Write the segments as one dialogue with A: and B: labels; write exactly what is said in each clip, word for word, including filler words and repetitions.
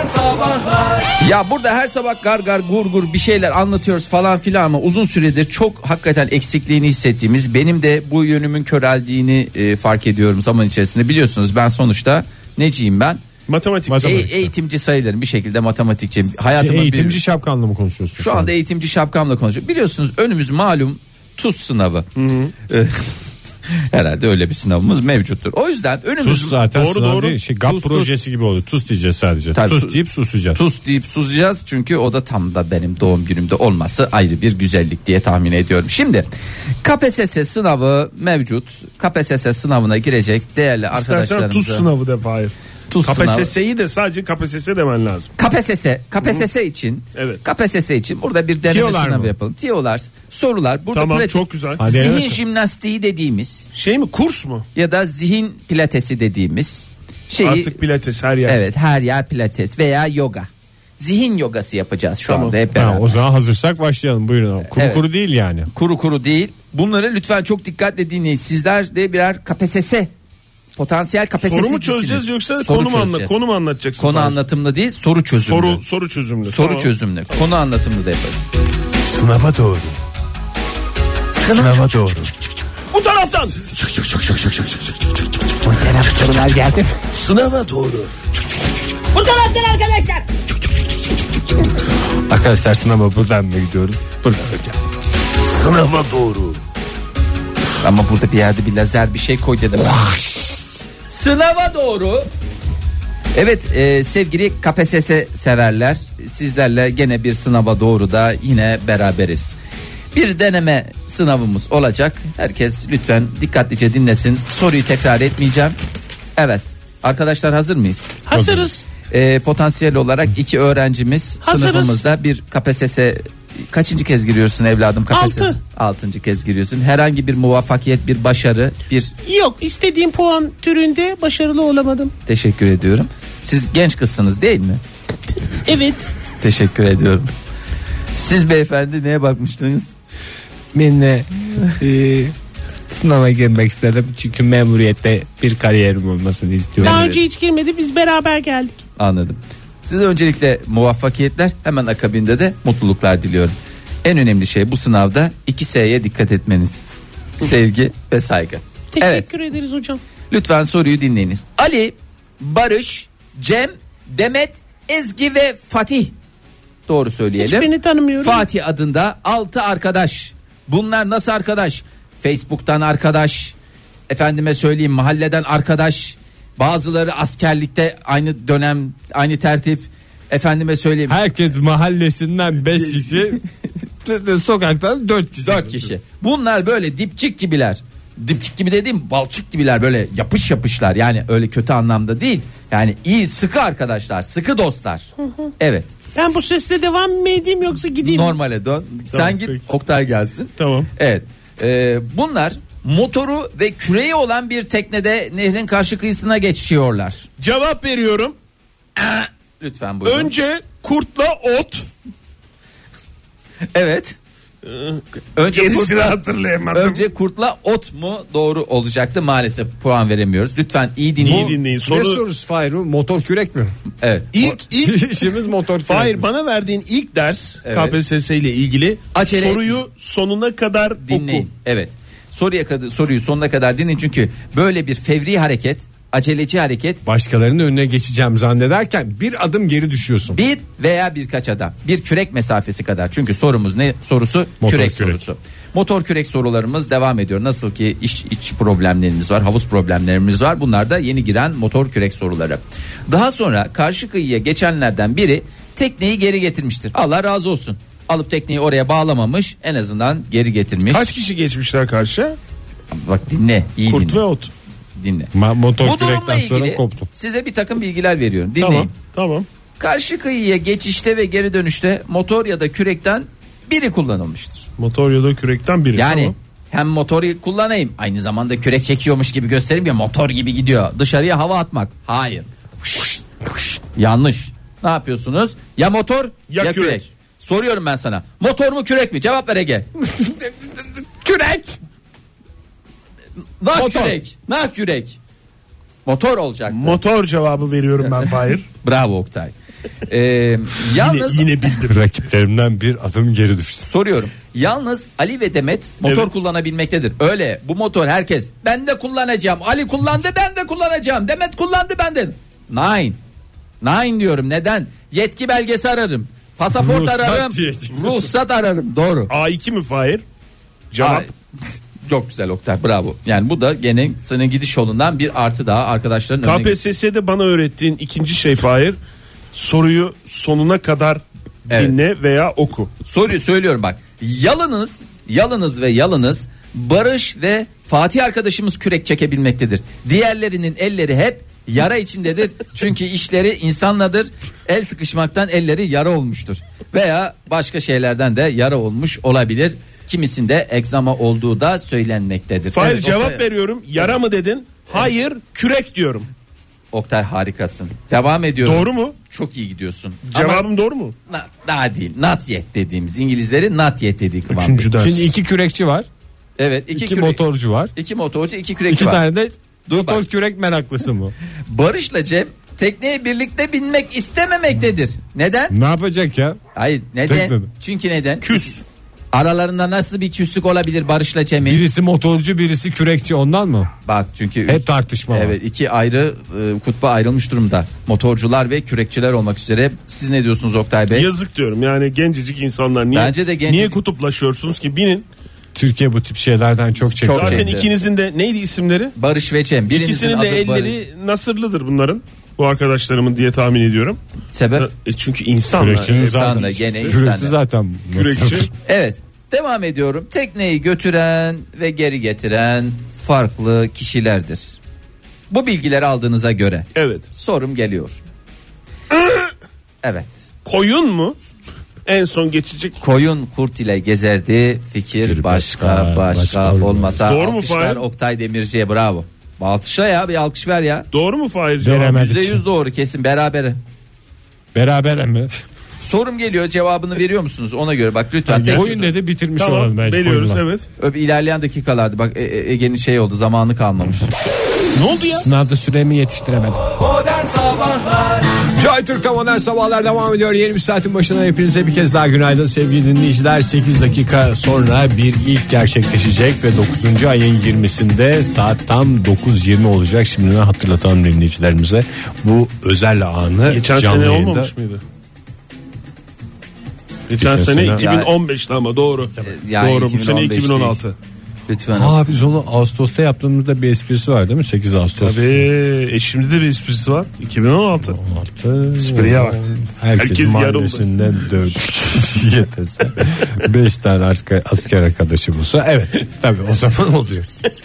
A: Sabahlar.
B: Ya burada her sabah gar gar gur gur bir şeyler anlatıyoruz falan filan ama uzun süredir çok hakikaten eksikliğini hissettiğimiz, benim de bu yönümün köreldiğini e, fark ediyorum zaman içerisinde. Biliyorsunuz ben sonuçta neciyim ben?
C: Matematik.
B: E- eğitimci sayılırım bir şekilde, matematikçi. Hayatımın
D: şey, eğitimci
B: bir...
D: şapkanla mı konuşuyorsun?
B: Şu, şu anda eğitimci şapkamla konuşuyorum. Biliyorsunuz önümüz malum TUS sınavı. Herhalde öyle bir sınavımız mevcuttur. O yüzden önümüz...
D: TUS zaten
C: doğru,
D: sınav
C: doğru.
D: değil. Şey, G A P
B: TUS,
D: projesi
B: TUS.
D: gibi oldu. TUS diyeceğiz sadece.
B: Tabii,
D: TUS deyip susacağız.
B: TUS deyip susacağız çünkü o da tam da benim doğum günümde olması ayrı bir güzellik diye tahmin ediyorum. Şimdi K P S S sınavı mevcut. K P S S sınavına girecek değerli
C: İstersen
B: arkadaşlarımıza.
C: tuz sınavı de Fahir.
B: TUS
C: K P S
B: sınavı.
C: S'yi de sadece K P S S demen lazım.
B: K P S S, K P S S için,
C: Evet.
B: K P S S için burada bir deneme
D: Tiyolar
B: sınavı
D: mı?
B: yapalım. Tiyolar, sorular. Burada
C: Tamam,
B: pratik,
C: çok güzel.
D: Hadi
B: zihin
D: evet.
B: jimnastiği dediğimiz
C: Şey mi, kurs mu?
B: ya da zihin pilatesi dediğimiz şeyi.
C: Artık pilates her yer.
B: Evet, her yer pilates veya yoga. Zihin yogası yapacağız şu
C: Tamam.
B: anda hep beraber.
D: Ha, o zaman hazırsak başlayalım. Buyurun abi. Kuru
B: Evet.
D: kuru değil yani.
B: Kuru kuru değil. Bunları lütfen çok dikkatle dinleyin. Sizler de birer K P S S potansiyel K P S S
C: Soru mu çözeceğiz yoksa
B: Soru
C: konu mu, anla,
B: çözeceğiz.
C: konu mu anlatacaksın?
B: Konu
C: Fahir?
B: anlatımlı değil, soru çözümlü.
C: Soru, soru çözümlü.
B: Soru
C: Tamam.
B: çözümlü. Konu anlatımlı da yapalım.
D: Sınava doğru. Sınava doğru.
C: Bu taraftan.
B: Sorular geldi.
C: Sınava doğru.
E: Bu taraftan arkadaşlar.
D: Arkadaşlar sınava buradan mı gidiyoruz? Buradan hocam.
C: Sınava doğru.
B: Ama burada bir yerde bir lazer bir şey koy dedim. Sınava doğru. Evet e, sevgili K P S S severler, sizlerle gene bir sınava doğru da yine beraberiz. Bir deneme sınavımız olacak. Herkes lütfen dikkatlice dinlesin. Soruyu tekrar etmeyeceğim. Evet arkadaşlar, hazır mıyız?
C: Hazırız.
B: E, potansiyel olarak iki öğrencimiz
C: Hazırız.
B: sınıfımızda bir K P S S. Kaçıncı kez giriyorsun evladım K P S S?
C: Altı.
B: Altıncı kez giriyorsun. Herhangi bir muvaffakiyet, bir başarı, bir
E: Yok, istediğim puan türünde başarılı olamadım.
B: teşekkür ediyorum. Siz genç kızsınız değil mi?
E: Evet.
B: Teşekkür ediyorum. Siz beyefendi neye bakmıştınız?
D: Ben de e, sınava girmek istedim. Çünkü memuriyette bir kariyerim olmasını istiyorum.
E: Daha önce hiç girmedi, biz beraber geldik.
B: Anladım. Size öncelikle muvaffakiyetler, hemen akabinde de mutluluklar diliyorum. En önemli şey bu sınavda iki S'ye dikkat etmeniz. Sevgi ve saygı.
E: Teşekkür ederiz hocam.
B: Lütfen soruyu dinleyiniz. Ali, Barış, Cem, Demet, Ezgi ve Fatih. Doğru söyleyelim.
E: Hiçbirini tanımıyorum.
B: Fatih adında altı arkadaş. Bunlar nasıl arkadaş? Facebook'tan arkadaş. Efendime söyleyeyim, mahalleden arkadaş. Bazıları askerlikte aynı dönem, aynı tertip. Efendime söyleyeyim.
D: Herkes mahallesinden beş kişi, sokaktan dört kişi.
B: Dört kişi. Bunlar böyle dipçik gibiler. Dipçik gibi dediğim balçık gibiler, böyle yapış yapışlar. Yani öyle kötü anlamda değil. Yani iyi, sıkı arkadaşlar, sıkı dostlar. Evet.
E: Ben bu sesle devam mı edeyim yoksa gideyim mi?
B: Normale dön. Sen git,
C: peki.
B: Oktay gelsin.
C: Tamam.
B: Evet. Ee, bunlar motoru ve küreği olan bir teknede nehrin karşı kıyısına geçiyorlar.
C: Cevap veriyorum.
B: Lütfen buyurun.
C: Önce kurtla ot.
B: Evet. Önce
C: Gerisini
B: kurtla,
C: hatırlayamadım.
B: önce kurtla ot mu doğru olacaktı, maalesef puan veremiyoruz. Lütfen iyi dinleyin.
C: İyi dinleyin.
D: Ne
C: Soru...
D: sorusu Fahir? Motor kürek mi?
B: Evet.
C: İlk, ilk
D: İşimiz motor kürek.
C: Hayır, bana verdiğin ilk ders
B: Evet.
C: K P S S ile ilgili
B: Acele-
C: soruyu sonuna kadar
B: Dinleyin.
C: oku.
B: Evet. Soruya kadar, soruyu sonuna kadar dinleyin çünkü böyle bir fevri hareket, aceleci hareket,
D: Başkalarının önüne geçeceğim zannederken bir adım geri düşüyorsun.
B: bir veya birkaç adam, bir kürek mesafesi kadar. Çünkü sorumuz ne sorusu?
D: Motor
B: kürek,
D: kürek.
B: sorusu. Motor kürek sorularımız devam ediyor. Nasıl ki iç, iç problemlerimiz var, havuz problemlerimiz var. Bunlar da yeni giren motor kürek soruları. Daha sonra karşı kıyıya geçenlerden biri tekneyi geri getirmiştir. Allah razı olsun. Alıp tekneyi oraya bağlamamış, en azından geri getirmiş.
C: Kaç kişi geçmişler karşı?
B: Bak dinle, iyi
C: Kurt
B: dinle.
C: ve ot.
B: dinle.
D: Ma- motor
B: Bu durumla
D: kürekten sonra
B: ilgili
D: koptum.
B: size bir takım bilgiler veriyorum. Dinleyin.
C: Tamam. Tamam.
B: Karşı kıyıya geçişte ve geri dönüşte motor ya da kürekten biri kullanılmıştır.
C: Motor ya da kürekten biri.
B: Yani
C: Tamam.
B: hem motoru kullanayım, aynı zamanda kürek çekiyormuş gibi göstereyim ya, motor gibi gidiyor. Dışarıya hava atmak. Hayır. Fış, fış. Yanlış. Ne yapıyorsunuz? Ya motor ya,
C: Ya
B: kürek.
C: kürek.
B: Soruyorum ben sana. Motor mu kürek mi? Cevap ver Ege.
D: Kürek.
B: Nak
D: Motor.
B: kürek. Nak kürek. Motor olacak.
C: Motor cevabı veriyorum ben Fahir.
B: Bravo Oktay. Ee, yalnız
C: Yine, yine bildim.
D: Rakiplerimden bir adım geri düştü.
B: soruyorum. Yalnız Ali ve Demet motor
C: Evet.
B: kullanabilmektedir. Öyle bu motor herkes ben de kullanacağım. Ali kullandı ben de kullanacağım. Demet kullandı ben de. Nine. Nine diyorum. Neden? Yetki belgesi ararım. Pasaport
C: Ruhsat
B: ararım.
C: diyecek.
B: Ruhsat ararım. Doğru.
C: A iki mi Fahir? Cevap.
B: Ay, çok güzel Oktay, bravo. Yani bu da gene senin gidiş yolundan bir artı daha arkadaşların önüne
C: K P S S'de bana öğrettiğin ikinci şey Fahir. Soruyu sonuna kadar
B: Evet.
C: dinle veya oku.
B: Soruyu söylüyorum bak. Yalınız, yalınız ve yalınız Barış ve Fatih arkadaşımız kürek çekebilmektedir. Diğerlerinin elleri hep yara içindedir. Çünkü işleri insanladır. El sıkışmaktan elleri yara olmuştur. Veya başka şeylerden de yara olmuş olabilir. Kimisinde egzama olduğu da söylenmektedir.
C: Fahir
B: Evet,
C: cevap
B: Oktay,
C: veriyorum. Yara mı dedin? Hayır, kürek diyorum.
B: Oktay harikasın. Devam ediyorum.
C: Doğru mu?
B: Çok iyi gidiyorsun.
C: Cevabım
B: Ama
C: doğru mu?
B: na- daha değil. Not yet dediğimiz İngilizlerin not yet dediği kıvamda.
C: Üçüncü ders.
D: Şimdi iki kürekçi var.
B: Evet, iki,
D: iki
B: kürek-
D: motorcu var.
B: iki motorcu, iki kürekçi
D: İki
B: var.
D: tane de
B: Dur
D: motor
B: bak.
D: kürek meraklısı mı?
B: Barış'la Cem tekneye birlikte binmek istememektedir. Neden?
D: Ne yapacak ya?
B: Hayır, neden?
D: Teknede.
B: Çünkü neden?
C: Küs.
B: Aralarında nasıl bir küslük olabilir Barış'la Cem'in?
D: Birisi motorcu, birisi kürekçi, ondan mı?
B: Bak çünkü
D: Hep tartışma var.
B: evet, iki ayrı e, kutba ayrılmış durumda. Motorcular ve kürekçiler olmak üzere. Siz ne diyorsunuz Oktay Bey?
C: Yazık diyorum yani gencecik insanlar. Niye,
B: Bence de gencecik-
C: niye kutuplaşıyorsunuz ki? Binin.
D: Türkiye bu tip şeylerden çok çekiyor.
B: Çok
C: Zaten
B: çekti.
C: ikinizin de neydi isimleri?
B: Barış ve Cem. Birinizin
C: İkisinin de
B: adı
C: elleri nasırlıdır bunların. Bu arkadaşlarımın diye tahmin ediyorum.
B: Barış. Sebep?
C: E çünkü insanlar.
D: Kürekçinin
B: İnsanla,
D: zaten,
B: gene
D: kürekçi
B: insanla.
D: zaten.
C: Kürekçi.
B: Evet. Devam ediyorum. Tekneyi götüren ve geri getiren farklı kişilerdir. Bu bilgileri aldığınıza göre
C: Evet.
B: sorum geliyor. Evet.
C: Koyun mu? En son geçecek.
B: Koyun kurt ile gezerdi. Fikir
D: Fikir
B: başka
D: başka,
B: başka,
D: başka olmaz.
B: olmasa.
C: Doğru mu
B: Alkışlar
C: Fahir?
B: Oktay Demirci'ye, bravo. Alkışla ya, bir alkış ver ya.
C: Doğru mu Fahir cevabı?
D: Veremedik.
B: yüzde yüz doğru, kesin berabere.
D: Beraber mi?
B: Sorum geliyor, cevabını veriyor musunuz? Ona göre bak lütfen. tek-
D: Oyun dedi bitirmiş
C: Tamam
D: olalım bence.
C: veriyoruz
D: koyunlar.
C: evet.
B: Öp, ilerleyen dakikalarda bak E- E- Ege'nin şey oldu, zamanı kalmamış.
C: Ne oldu ya?
D: Sınavda süremi yetiştiremedim. Joy Türk'te modern sabahlar devam ediyor. Yeni bir saatin başına hepinize bir kez daha günaydın sevgili dinleyiciler. sekiz dakika sonra bir ilk gerçekleşecek ve dokuzuncu ayın yirmisinde saat tam dokuz yirmi olacak. Şimdiden hatırlatalım dinleyicilerimize bu özel anı.
C: Geçen
D: canlı
C: sene
D: yayında-
C: olmamış mıydı? Geçen,
D: Geçen
C: sene
D: sene-
C: iki bin on beşti ama doğru.
B: Yani
C: doğru bu
B: iki bin on
C: sene
B: beş
C: iki bin on altı.
B: Lütfen.
D: Aa biz onu Ağustos'ta yaptığımızda bir esprisi var değil mi? sekiz Ağustos.
C: Tabii e şimdi de bir esprisi var. iki bin on altı.
D: Altı.
C: Espriye bak.
D: Herkes,
C: Herkes yarıldı.
D: mahallesinden dört kişi yeterse beş tane asker, asker arkadaşı bulsa evet tabii o zaman oluyor.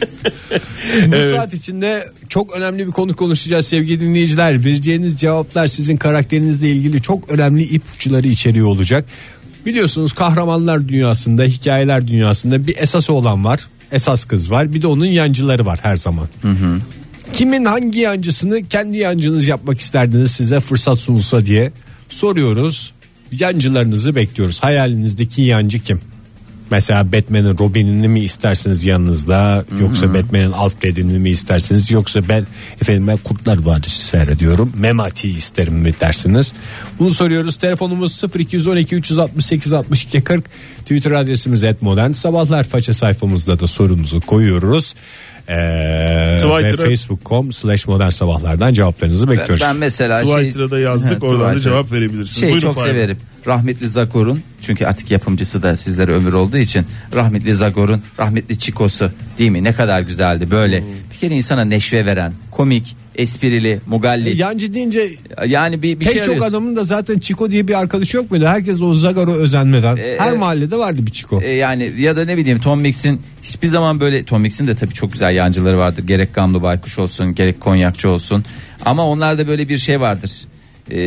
D: Bu
C: Evet.
D: saat içinde çok önemli bir konu konuşacağız sevgili dinleyiciler. Vereceğiniz cevaplar sizin karakterinizle ilgili çok önemli ipuçları içeriyor olacak. Biliyorsunuz kahramanlar dünyasında, hikayeler dünyasında bir esası olan var. Esas kız var. Bir de onun yancıları var her zaman. Hı hı. Kimin hangi yancısını kendi yancınız yapmak isterdiniz size fırsat sunulsa diye soruyoruz. Yancılarınızı bekliyoruz. Hayalinizdeki yancı kim? Mesela Batman'in Robin'ini mi istersiniz yanınızda, yoksa Batman'in Alfred'ini mi istersiniz, yoksa ben efendim ben Kurtlar Vadisi seyrediyorum Memati'yi isterim mi dersiniz? Bunu soruyoruz. Telefonumuz sıfır iki on iki üç altı sekiz altmış iki kırk, Twitter adresimiz et modern sabahlar, faça sayfamızda da sorumuzu koyuyoruz. Ee, ve
C: Twitter'a-
D: facebook nokta com slash modern sabahlardan cevaplarınızı bekliyoruz.
B: Ben mesela
C: Twitter'da da yazdık, oradan da
B: Twitter.
C: cevap verebilirsiniz.
B: Şey
C: Buyurun
B: çok
C: Fahir.
B: severim. Rahmetli Zagor'un, çünkü artık yapımcısı da sizlere ömür olduğu için, rahmetli Zagor'un rahmetli Çiko'su değil mi? Ne kadar güzeldi böyle.
C: Hmm.
B: Bir kere insana neşve veren, komik, esprili, mugalli.
D: E, yancı deyince
B: Yani bir, bir
D: pek
B: şey
D: çok
B: arıyorsun.
D: adamın da zaten Çiko diye bir arkadaşı yok muydu? Herkes o Zagar'ı özenmeden.
B: E,
D: Her
B: evet.
D: mahallede vardı bir Çiko.
B: E, yani ya da ne bileyim Tom Mix'in hiçbir zaman böyle, Tom Mix'in de tabii çok güzel yancıları vardır. Gerek Gamlı Baykuş olsun, gerek Konyakçı olsun. Ama onlarda böyle bir şey vardır. E,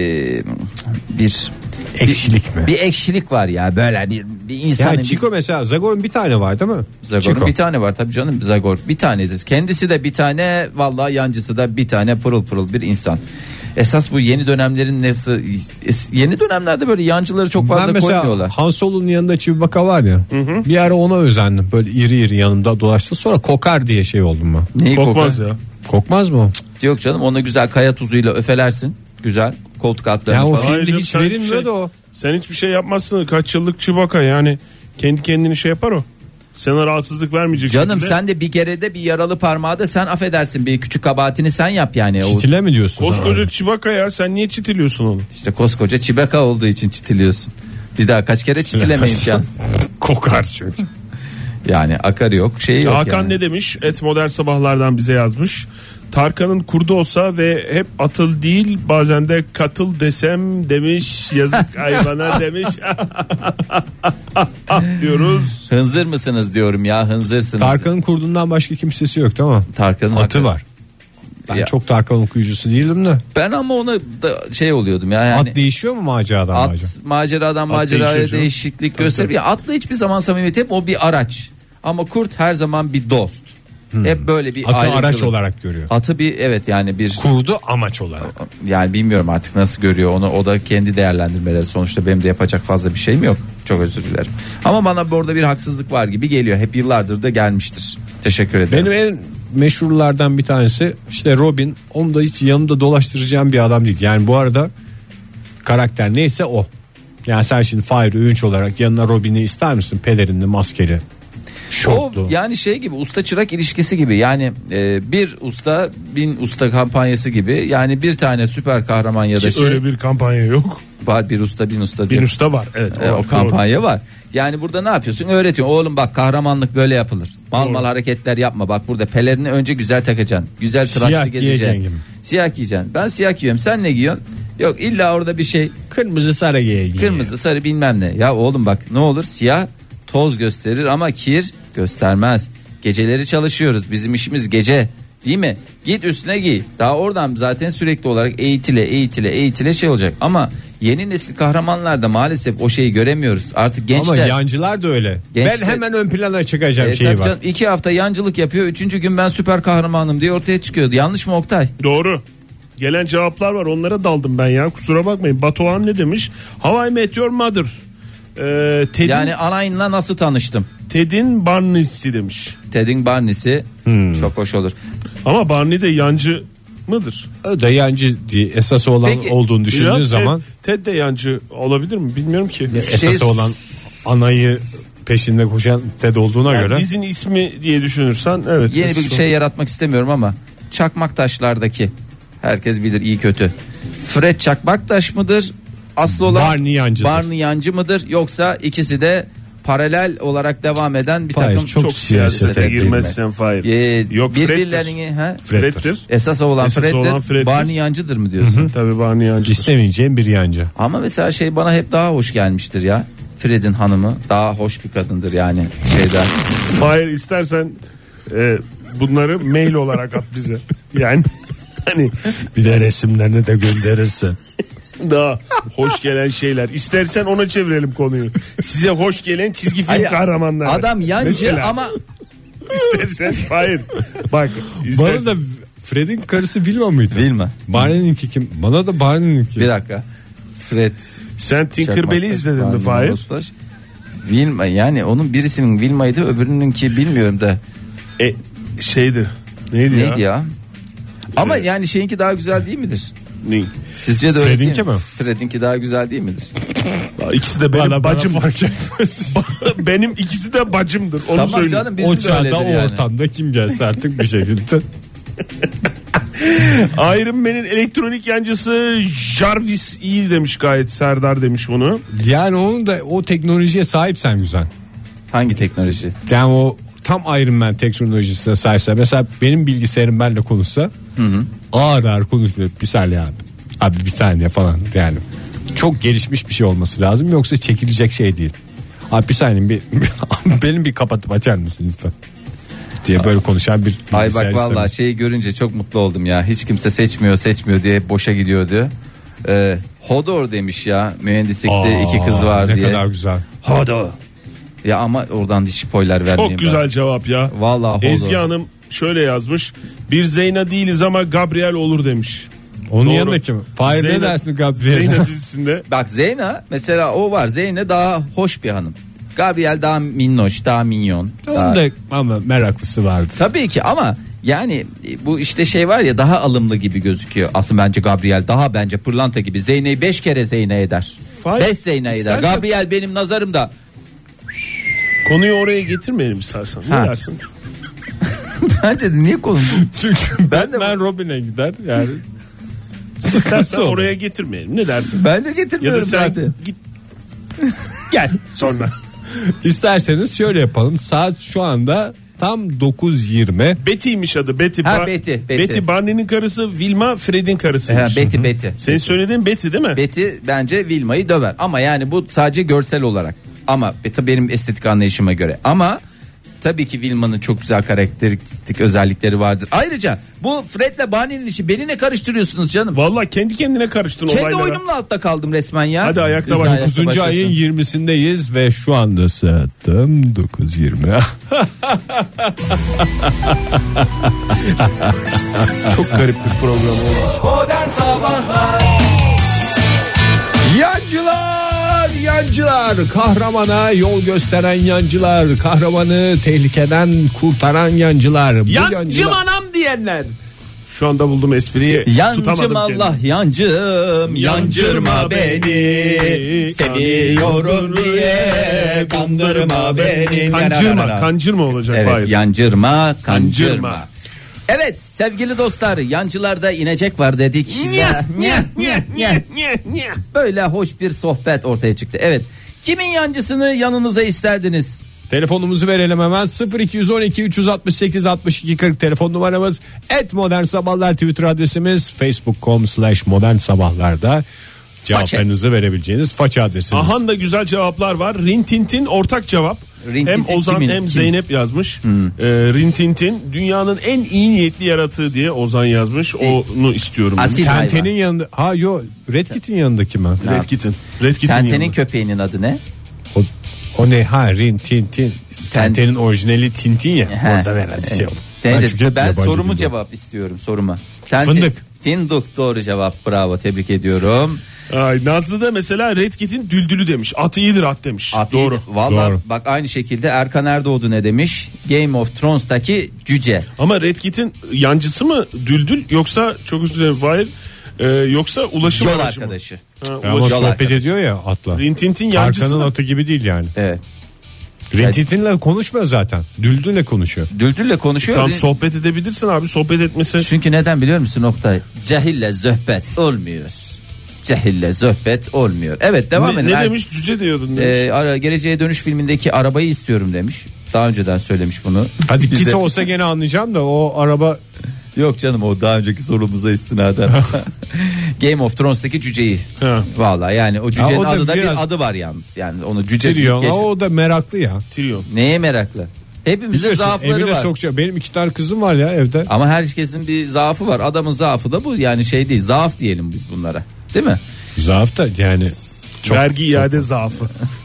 B: bir
D: Ekşilik
B: bir,
D: mi?
B: Bir ekşilik var ya, böyle bir, bir insanın.
D: Yani
B: bir-
D: Çiko mesela Zagor'un bir tane var değil mi?
B: Zagor'un
D: Çiko.
B: bir tane var tabii canım, Zagor bir tanedir. Kendisi de bir tane, vallahi yancısı da bir tane, pırıl pırıl bir insan. Esas bu yeni dönemlerin nasıl, es- yeni dönemlerde böyle yancıları çok fazla
D: Ben mesela
B: koymuyorlar.
D: Han Solo'nun yanında Chewbacca var ya. Bir ara ona özendim. Böyle iri iri yanımda dolaştı. Sonra kokar diye şey oldum ben.
B: Neyi
C: Kokmaz
B: kokar?
C: ya.
D: Kokmaz mı?
B: Yok canım, onu güzel kaya tuzuyla öfelersin. Güzel. koltuk altlarını
D: Yani o
B: falan.
D: filmde
C: Hayır,
D: hiç
C: sen
D: verilmiyor
C: şey-
D: da o.
C: Sen hiçbir şey yapmazsın. Kaç yıllık Chewbacca yani kendi kendini şey yapar o. Sana rahatsızlık vermeyecek
B: Canım
C: şekilde.
B: sen de bir kere de bir yaralı parmağı da sen affedersin, bir küçük kabahatini sen yap yani. O,
D: Çitile mi diyorsun
C: Koskoca
D: sana?
C: Chewbacca ya, sen niye çitiliyorsun onu?
B: işte koskoca Çibeka olduğu için çitiliyorsun. Bir daha kaç kere çitilemeyin can.
D: Kokar çünkü.
B: Yani akarı yok, şeyi yok
C: Hakan
B: yani.
C: ne demiş? Et Modern Sabahlardan bize yazmış. Tarkan'ın kurdu olsa ve hep atıl değil bazen de katıl desem demiş. Yazık hayvana demiş. diyoruz.
B: Hınzır mısınız diyorum ya, hınzırsınız.
D: Tarkan'ın kurdundan başka kimsesi yok tamam.
B: Tarkan'ın
D: Atı
B: hakkı-
D: var. Ben
B: Ya.
D: çok Tarkan okuyucusu değildim de.
B: Ben ama ona da şey oluyordum yani.
D: At
B: yani
D: değişiyor mu maceradan
B: at
D: macera?
B: maceradan
C: At
B: maceraya
C: değişiyor canım.
B: değişiklik
C: Tabii,
B: gösteriyor.
C: tabii.
B: Ya atla hiçbir zaman samimiyet, hep o bir araç. Ama kurt her zaman bir dost. Hep böyle bir
D: Atı
B: ayrımcılık.
D: araç olarak görüyor.
B: Atı bir evet yani bir
D: Kurdu amaç olarak.
B: yani bilmiyorum artık nasıl görüyor onu, o da kendi değerlendirmeleri, sonuçta benim de yapacak fazla bir şeyim yok, çok özür dilerim ama bana orada bir haksızlık var gibi geliyor, hep yıllardır da gelmiştir. Teşekkür ederim.
D: Benim en meşhurlardan bir tanesi işte Robin. Onu da hiç yanımda dolaştıracağım bir adam değil. Yani bu arada karakter neyse o. Yani sen şimdi Fahir Öğünç olarak yanına Robin'i ister misin? Pelerinli, maskeli, şortlu.
B: O yani şey gibi, usta çırak ilişkisi gibi yani, e, bir usta bin usta kampanyası gibi yani, bir tane süper kahraman ya da
C: Ki
B: şey
C: öyle bir kampanya yok.
B: var, bir usta bin usta
C: Bir
B: diye.
C: usta var. Evet.
B: E, o
C: doğru.
B: kampanya var. Yani burada ne yapıyorsun? Öğretiyorsun. Oğlum bak, kahramanlık böyle yapılır. Mal
C: Doğru.
B: mal hareketler yapma. Bak burada pelerini önce güzel takacaksın. Güzel tıraşlı
D: Siyah
B: gezeceksin.
D: giyeceksin gibi.
B: Siyah giyeceksin. Ben siyah giyiyorum. Sen ne giyiyorsun? Yok, illa orada bir şey
D: Kırmızı sarı giyiyor.
B: kırmızı sarı bilmem ne. Ya oğlum bak, ne olur, siyah toz gösterir ama kir göstermez. Geceleri çalışıyoruz. Bizim işimiz gece. Değil mi? Git üstüne giy. Daha oradan zaten sürekli olarak eğitile eğitile eğitile şey olacak. Ama yeni nesil kahramanlarda maalesef o şeyi göremiyoruz. Artık gençler.
D: Ama yancılar da öyle.
B: Gençler-
D: Ben hemen ön plana çıkacağım
B: E,
D: şeyi
B: tabii
D: var.
B: canım, iki hafta yancılık yapıyor. Üçüncü gün ben süper kahramanım diye ortaya çıkıyordu. Yanlış mı Oktay?
C: Doğru. Gelen cevaplar var, onlara daldım ben ya, kusura bakmayın. Batuhan ne demiş? How I Met Your Mother. Ee, Ted'in,
B: Yani anayınla nasıl tanıştım?
C: Ted'in Barney'si demiş.
B: Ted'in Barney'si
D: Hmm.
B: çok hoş olur.
C: Ama Barney de yancı mıdır?
D: O da yancı diye esası olan
B: Peki,
D: olduğunu düşündüğün
C: Ya, Ted-
D: zaman
C: Ted de yancı olabilir mi? Bilmiyorum ki.
D: esası olan anayı peşinde koşan Ted olduğuna
C: Yani
D: göre
C: dizinin ismi diye düşünürsen evet.
B: Yeni bir
C: Esas-
B: şey yaratmak istemiyorum ama Çakmak Taşlardaki herkes bilir iyi kötü. Fred Çakmaktaş mıdır? Aslı olan
D: Barney yancıdır.
B: Barney yancı mıdır? Yoksa ikisi de paralel olarak devam eden bir
D: Hayır,
B: takım
D: çok
C: Çok
D: siyasete
C: siyasete
B: girmez.
C: girmezsen Fahir.
B: Ee,
C: Yok,
B: birbirlerini ha?
D: Fred'dir.
C: Fred'dir.
B: Esas olan
C: Esas
B: Fred'dir.
C: olan Fred'dir.
B: Barney yancıdır mı diyorsun?
C: Tabii Barney yancıdır.
D: istemeyeceğim bir yancı.
B: Ama mesela şey bana hep daha hoş gelmiştir ya. Fred'in hanımı daha hoş bir kadındır yani şeyden.
C: Fahir, istersen e, bunları mail olarak at bize. Yani hani
D: Bir de resimlerini de gönderirsen.
C: daha hoş gelen şeyler. İstersen ona çevirelim konuyu. Size hoş gelen çizgi film
B: Hayır,
C: kahramanları.
B: adam yancı
C: Mesela.
B: ama
C: İstersen hayır. Bak istersen.
D: Bana da Fred'in karısı Vilma mıydı?
B: Vilma.
D: Barney'ninki kim? Bana da Barney'ninki.
B: bir dakika. Fred
C: Sen Tinkerbell'i
B: Çakmaktaş,
C: izledin mi
B: Barney
C: Fahir?
B: Mostoş. Vilma, yani onun birisinin Vilma'ydı, öbürününki bilmiyorum da
C: E, şeydi. Neydi,
B: neydi
C: ya?
B: ya? Ama yani şeyinki daha güzel değil midir?
C: Ne?
B: Sizce de öyle
D: Fred'inki
B: değil mi?
D: mi?
B: Fred'inki daha güzel değil midir?
C: İkisi de benim
D: Bana- bana
C: bacım.
D: fark etmez.
C: Benim ikisi de bacımdır. Onu
B: Tamam
C: söyleyeyim.
B: canım, bizim
D: O
B: de
D: çağda
B: öyledir
D: o
B: yani.
D: ortamda kim gelse artık bir şekilde.
C: Iron Man'in elektronik yancısı Jarvis iyi demiş, gayet Serdar demiş bunu.
D: Yani onun da o teknolojiye sahipsen güzel.
B: Hangi teknoloji?
D: Yani o tam Iron Man teknolojisine sahipse, mesela benim bilgisayarım benimle konuşsa ağır ağır konuşuyor, bir saniye abi abi bir saniye falan, yani çok gelişmiş bir şey olması lazım, yoksa çekilecek şey değil. Abi bir saniye bir, benim bir kapatıp açar mısın lütfen diye böyle konuşan bir
B: Ay
D: bilgisayar
B: bak vallahi
D: istemem.
B: şeyi görünce çok mutlu oldum ya. Hiç kimse seçmiyor seçmiyor diye boşa gidiyordu. Ee, Hodor demiş ya, mühendislikte
D: Aa,
B: iki kız var
D: ne
B: diye.
D: kadar güzel.
B: Hodor. Ya ama oradan hiç spoiler vermeyeyim.
C: Çok güzel cevap ya.
B: Vallahi Hodor.
C: Ezgi Hanım şöyle yazmış. Bir Zeyna değiliz ama Gabriel olur demiş.
D: Onun
C: Doğru.
D: yanında kim? Fahir ne
C: Zeyna-
D: dersin Gabriel?
C: Zeyna dizisinde.
B: Bak Zeyna mesela, o var. Zeyna daha hoş bir hanım. Gabriel daha minnoş, daha minyon.
D: Onun
B: Daha...
D: da ama meraklısı vardı.
B: Tabii ki ama Yani bu işte şey var ya, daha alımlı gibi gözüküyor. Aslında bence Gabriel daha bence pırlanta gibi. Zeyne'yi beş kere Zeyne eder. beş Zeyne eder.
C: İstersen-
B: Gabriel benim nazarımda.
C: Konuyu oraya getirmeyelim istersen. Ne
B: Ha.
C: dersin?
B: Bence de niye konu bu?
D: Çünkü
B: Ben de-
D: Batman Robin'e gider yani.
C: İstersen
D: olur.
C: oraya getirmeyelim. Ne dersin?
B: Ben de
C: Ya da
B: getirmiyorum
C: sen
B: zaten.
C: git. Gel sonra.
D: İsterseniz şöyle yapalım. Saat şu anda tam dokuz yirmi.
C: Betty'ymiş adı. Betty.
B: Ha,
C: Bar-
B: Betty, Betty.
C: Betty Barney'nin karısı, Wilma Fred'in karısıymış.
B: Ha, Betty Betty.
C: Senin söylediğin Betty değil mi?
B: Betty bence Vilma'yı döver. Ama yani bu sadece görsel olarak. Ama Betty benim estetik anlayışıma göre. Ama tabii ki Vilma'nın çok güzel karakteristik özellikleri vardır. Ayrıca bu Fred'le Barney'nin işi, beni ne karıştırıyorsunuz canım?
C: Vallahi kendi kendine karıştın
B: Kendi
C: olaylara.
B: oyunumla altta kaldım resmen ya.
C: Hadi ayakta
B: Lütfen
C: bak.
B: ayakta
D: dokuzuncu
B: başlasın.
D: ayın yirmisindeyiz ve şu anda saatim dokuz yirmi.
C: Çok garip bir program oldu.
A: Modern Sabahlar.
D: Yancılar, yancılar, kahramana yol gösteren yancılar, kahramanı tehlikeden kurtaran yancılar. Bu
C: Yancım
D: yancılar-
C: anam diyenler. Şu anda buldum espriyi.
B: Yancım
C: tutamadım
B: Allah
C: kendimi.
B: yancım, yancırma beni, seviyorum diye kandırma beni.
C: Kancırma, kancırma olacak.
B: Evet,
C: Hayır.
B: yancırma, kancırma.
C: Kancırma.
B: Evet sevgili dostlar, yancılarda inecek var dedik. Ve- nye, nye, nye. Böyle hoş bir sohbet ortaya çıktı. Evet, kimin yancısını yanınıza isterdiniz?
D: Telefonumuzu verelim hemen. sıfır iki on iki üç altı sekiz altmış iki kırk telefon numaramız. et modern sabahlar Twitter adresimiz. facebook nokta com slash modern sabahlarda cevaplarınızı verebileceğiniz faça adresimiz.
C: Ahan da güzel cevaplar var. Rintintin ortak cevap.
B: Rintintin
C: hem Ozan
B: kimin?
C: hem
B: Kim?
C: Zeynep yazmış. Ee, Rintintin dünyanın en iyi niyetli yaratığı diye Ozan yazmış. Onu istiyorum.
B: Asil
C: demiş.
B: hayvan.
D: Tentenin yanında. Ha yo, Red Kit'in yanındaki mi?
C: Red Kit'in. Red Kit'in
B: Tentenin
C: yanında.
B: köpeğinin adı ne?
D: O, o ne? Ha Rin Tintin. Tentenin orijinali Tintin ya.
B: He.
D: Orada herhalde şey oldu.
B: Ben,
D: çünkü hep
B: ben
D: yabancı
B: sorumu
D: dilde.
B: cevap istiyorum soruma. Tente-
D: Fındık.
B: Fındık doğru cevap, bravo, tebrik ediyorum.
C: Ay, Nazlı da mesela Red Kit'in düldülü demiş. At iyidir at demiş.
B: At
C: Doğru.
B: iyiydi. Vallahi
D: Doğru.
B: bak aynı şekilde Erkan Erdoğdu ne demiş? Game of Thrones'taki cüce.
C: Ama Red Kit'in yancısı mı düldül yoksa çok özür dilerim Fahir, e, yoksa ulaşım
B: Yol
C: aracı mı?
B: arkadaşı.
C: Ha,
D: Ya
C: ulaşım-
D: ama
B: Yol
D: sohbet
B: arkadaşı.
D: ediyor ya atla.
C: Rintintin yancısı
D: Arkanın
C: mı?
D: atı gibi değil yani.
B: Evet.
D: Rintintin'le konuşmuyor zaten. Düldül'le konuşuyor.
B: Düldül'le konuşuyor.
C: Tam sohbet edebilirsin abi, sohbet etmesi.
B: Çünkü neden biliyor musun Oktay? Cahille zöhbet olmuyor. Cahille zöhbet olmuyor. Evet devam
C: Ne,
B: edin.
C: ne
B: Er-
C: demiş cüce diyordun. demiş.
B: Ee, ara- Geleceğe Dönüş filmindeki arabayı istiyorum demiş. Daha önceden söylemiş bunu.
D: Hadi
B: Biz
D: kit
B: de-
D: olsa gene anlayacağım da o araba
B: Yok canım, o daha önceki sorumuza istinaden. Game of Thrones'taki cüceyi.
C: Ha.
B: Vallahi yani o cücenin
D: Ha, o da
B: adı da
D: biraz-
B: bir adı var yalnız. Yani onu cüce
D: Tyrion.
B: geç-
D: Ama o da meraklı ya.
C: Tyrion.
B: Neye meraklı? Hepimizin
D: Biliyorsun
B: zaafları
D: Emine
B: var.
D: sokacak. Benim iki tane kızım var ya evde.
B: Ama herkesin bir zaafı var. Adamın zaafı da bu. Yani şey değil, zaaf diyelim biz bunlara. Değil mi?
D: Zaaf da yani. Çok,
C: Vergi iade zaafı.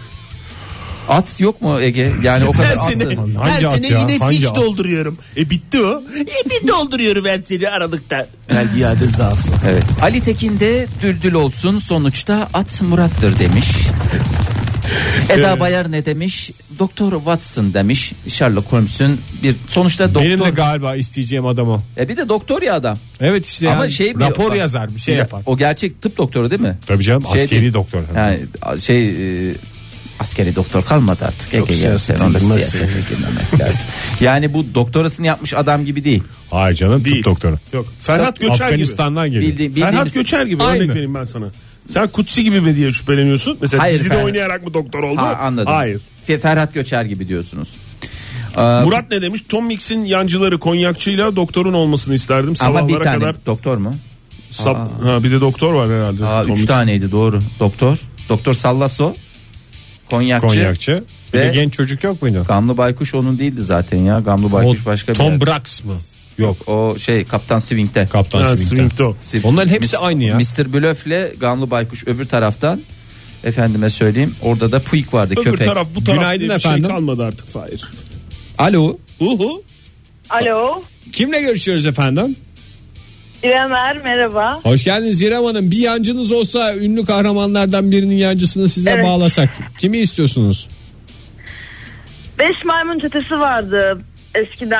B: At yok mu Ege? Yani o kadar
C: Her
B: at.
C: sene,
D: Hangi
C: her
D: at
C: sene
D: ya?
C: yine
D: Hangi
C: fiş
D: at?
C: dolduruyorum. E bitti o. E bir dolduruyorum her sene Aralık'ta. Vergi iade zaafı.
B: Evet. Ali Tekin de düldül olsun, sonuçta at Murat'tır demiş. Eda Bayar ne demiş? Doktor Watson demiş. Sherlock Holmes'un bir sonuçta doktor.
D: Benim de galiba isteyeceğim adam o.
B: E bir de doktor ya adam.
D: Evet işte
B: Ama
D: yani
B: şey bir-
D: rapor
B: bak-
D: yazar bir şey
B: Bir de
D: yapar.
B: O gerçek tıp doktoru değil mi?
D: Tabii canım
B: Şey
D: askeri
B: değil.
D: doktor.
B: Yani şey e, askeri doktor kalmadı artık. Ege yani sen onda siyasete girmemek lazım. Yani bu doktorasını yapmış adam gibi değil.
D: Hayır canım
C: Değil.
D: tıp doktoru.
C: Yok. Ferhat Göçer gibi.
D: Afganistan'dan geliyor.
B: Bildi, bildiğimiz...
C: Ferhat Göçer gibi
D: Aynı.
C: örnek vereyim ben sana. Sen Kutsi gibi mi diye şüpheleniyorsun? Mesela
B: Hayır,
C: dizide
B: Ferhat.
C: oynayarak mı doktor oldu?
B: Ha, anladım.
C: Hayır.
B: Fe- Ferhat Göçer gibi diyorsunuz. Ee,
C: Murat ne demiş? Tom Mix'in yancıları konyakçıyla doktorun olmasını isterdim.
B: ama
C: Sabahlara
B: bir tane
C: kadar.
B: doktor mu?
C: Sab- ha, bir de doktor var herhalde.
B: Aa,
C: Tom
B: üç
C: Mix.
B: taneydi doğru. Doktor. Doktor Sallaso. Konyakçı.
D: Konyakçı. Bir
B: Ve-
D: de genç çocuk yok muydu?
B: Gamlı Baykuş onun değildi zaten ya. Gamlı Baykuş
D: O
B: başka bir
D: Tom
B: yer.
D: Brax mı? Yok.
B: O şey Kaptan Swing'de.
D: Kaptan
C: Ha,
D: Swing'den.
C: Swing'de o.
B: Si-
D: Onların hepsi
B: Mis-
D: aynı ya.
B: mister Blöff'le Gamlı Baykuş öbür taraftan. Efendime söyleyeyim. Orada da Puig vardı,
C: Öbür
B: köpek.
C: taraf bu taraf
D: Günaydın
C: diye bir
D: efendim.
C: şey kalmadı artık Fahir.
B: Alo.
C: Uhu.
F: Alo,
D: Kimle görüşüyoruz efendim?
F: İremer merhaba.
D: Hoş geldiniz İrem Hanım. Bir yancınız olsa ünlü kahramanlardan birinin yancısını size
F: Evet.
D: bağlasak. Kimi istiyorsunuz?
F: Beş maymun çetesi vardı eskiden.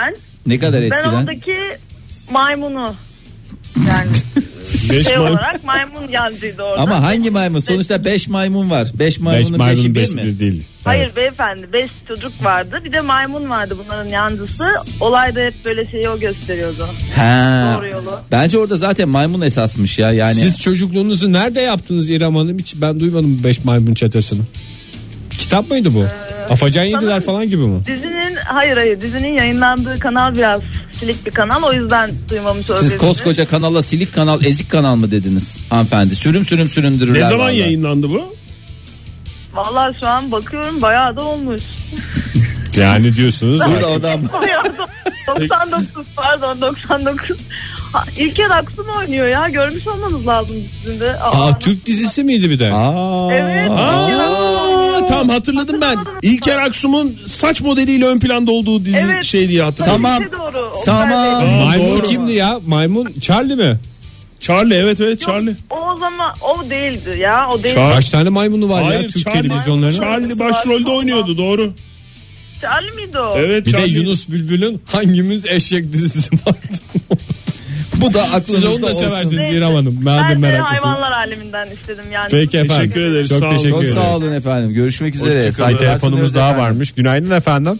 B: Ne kadar
F: Ben
B: eskiden?
F: oradaki maymunu yani
C: Beş
F: şey
C: maymun.
F: olarak maymun yancıydı orada.
B: Ama hangi maymun? Sonuçta beş maymun var. Beş
D: Beş
B: maymunun
D: maymunun
B: beşi bir
D: beşi
B: mi?
D: bir değil.
F: Hayır
D: Evet.
F: beyefendi, beş çocuk vardı, bir de maymun vardı bunların yancısı. Olayda hep böyle şeyi o gösteriyordu.
B: Ha.
F: Doğru yolu.
B: Bence orada zaten maymun esasmış ya. Yani
D: Siz çocukluğunuzu nerede yaptınız İrem Hanım? Hiç ben duymadım bu beş maymun çetesini. Kitap mıydı bu? Afacan yediler
F: sanırım-
D: falan gibi mi?
F: Dizinin hayır hayır dizinin yayınlandığı kanal biraz silik bir kanal, o yüzden duymamış olabilirsiniz.
B: siz koskoca kanala silik kanal, ezik kanal mı dediniz hanımefendi? Sürüm sürüm süründürürler.
C: Ne zaman
B: vallahi.
C: yayınlandı bu?
F: Vallahi şu an bakıyorum bayağı da olmuş.
D: Yani diyorsunuz.
B: Burada adam.
F: Bayağı da doksan dokuz pardon doksan dokuz. Ha, İlker Aksu mu oynuyor ya? Görmüş olmanız lazım dizinde.
D: Aa, Türk dizisi miydi bir de?
B: Aa.
F: Evet.
C: Aa, tam hatırladım ben. İlker Aksum'un saç modeliyle ön planda olduğu dizi
F: Evet.
C: şey diye hatırladım.
B: Tamam.
F: İşte doğru. O
B: Tamam.
F: kadar değil.
D: Maymun
C: doğru.
D: kimdi ya? Maymun Charlie mi?
C: Charlie, evet evet
F: Yok,
C: Charlie.
F: O zaman o değildi ya. O değil.
C: Char-
D: Kaç tane maymunu var ya
C: Hayır,
D: Türk
C: Charlie,
D: televizyonlarının?
C: Charlie başrolde oynuyordu, doğru.
F: Charlie miydi o?
C: Evet
D: Bir de
C: Charlie.
D: Yunus Bülbül'ün Hangimiz Eşek dizisi vardı.
B: Bu da
D: Siz
B: aklınızda
D: onu da
B: olsun.
D: seversiniz
F: Neyse,
D: İrem Hanım.
F: Ben
D: Madem
F: de
D: meraklısınız.
F: hayvanlar aleminden istedim yani.
D: Peki efendim.
C: Teşekkür ederiz,
D: Çok
C: sağ olun.
D: teşekkür
B: Çok
D: ederiz.
B: sağ olun efendim. Görüşmek üzere.
C: Hoşçakalın.
D: Bir
B: Saygılar
D: telefonumuz
B: sunuyoruz
D: daha
B: efendim.
D: varmış. Günaydın efendim.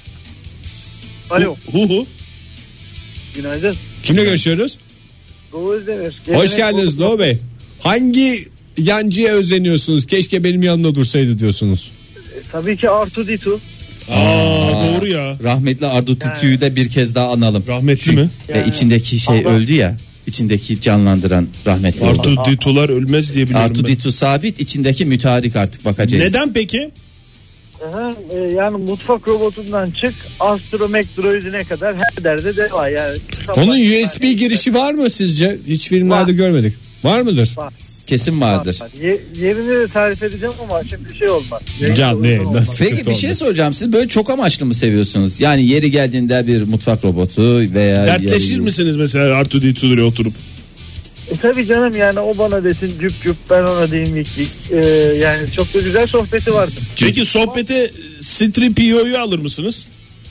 A: Alo.
C: Hu hu.
A: Günaydın.
D: Kimle görüşüyoruz?
A: Doğu Özdemir.
D: Hoş geldiniz Doğu Bey. Hangi yancıya özeniyorsunuz? Keşke benim yanımda dursaydı diyorsunuz.
A: Tabii ki Artu Ditu.
C: Aa, doğru ya.
B: Rahmetli Ardu Tütü'yü de bir kez daha analım.
C: Rahmetli mi?
B: Ve içindeki şey
A: Allah-
B: öldü ya. İçindeki canlandıran rahmetli oldu.
C: Artu Dito'lar ölmez diye biliyorum
B: Artu
C: ben.
B: Ditu sabit, içindeki müteharik artık bakacağız.
C: Neden peki?
A: Aha, e, yani mutfak robotundan çık Astromech droidine kadar her derde de var yani.
D: Onun U S B girişi var mı sizce? Hiç filmlerde
A: Var.
D: görmedik. Var mıdır?
B: Kesin vardır.
A: Ye, yerini de tarif edeceğim ama şimdi şey olmaz.
D: Can ne?
A: Olmaz.
D: Nasıl?
B: Peki
D: Sıkıntı
B: bir şey
D: olmaz.
B: soracağım. Siz böyle çok amaçlı mı seviyorsunuz? Yani yeri geldiğinde bir mutfak robotu veya...
C: Dertleşir
B: yani-
C: misiniz mesela Artu Dito'ya oturup?
A: E, tabii canım yani o bana desin cüp cüp ben ona diyeyim vik vik. E, yani çok da güzel sohbeti vardı.
C: Peki sohbete C üç P O'yu alır mısınız?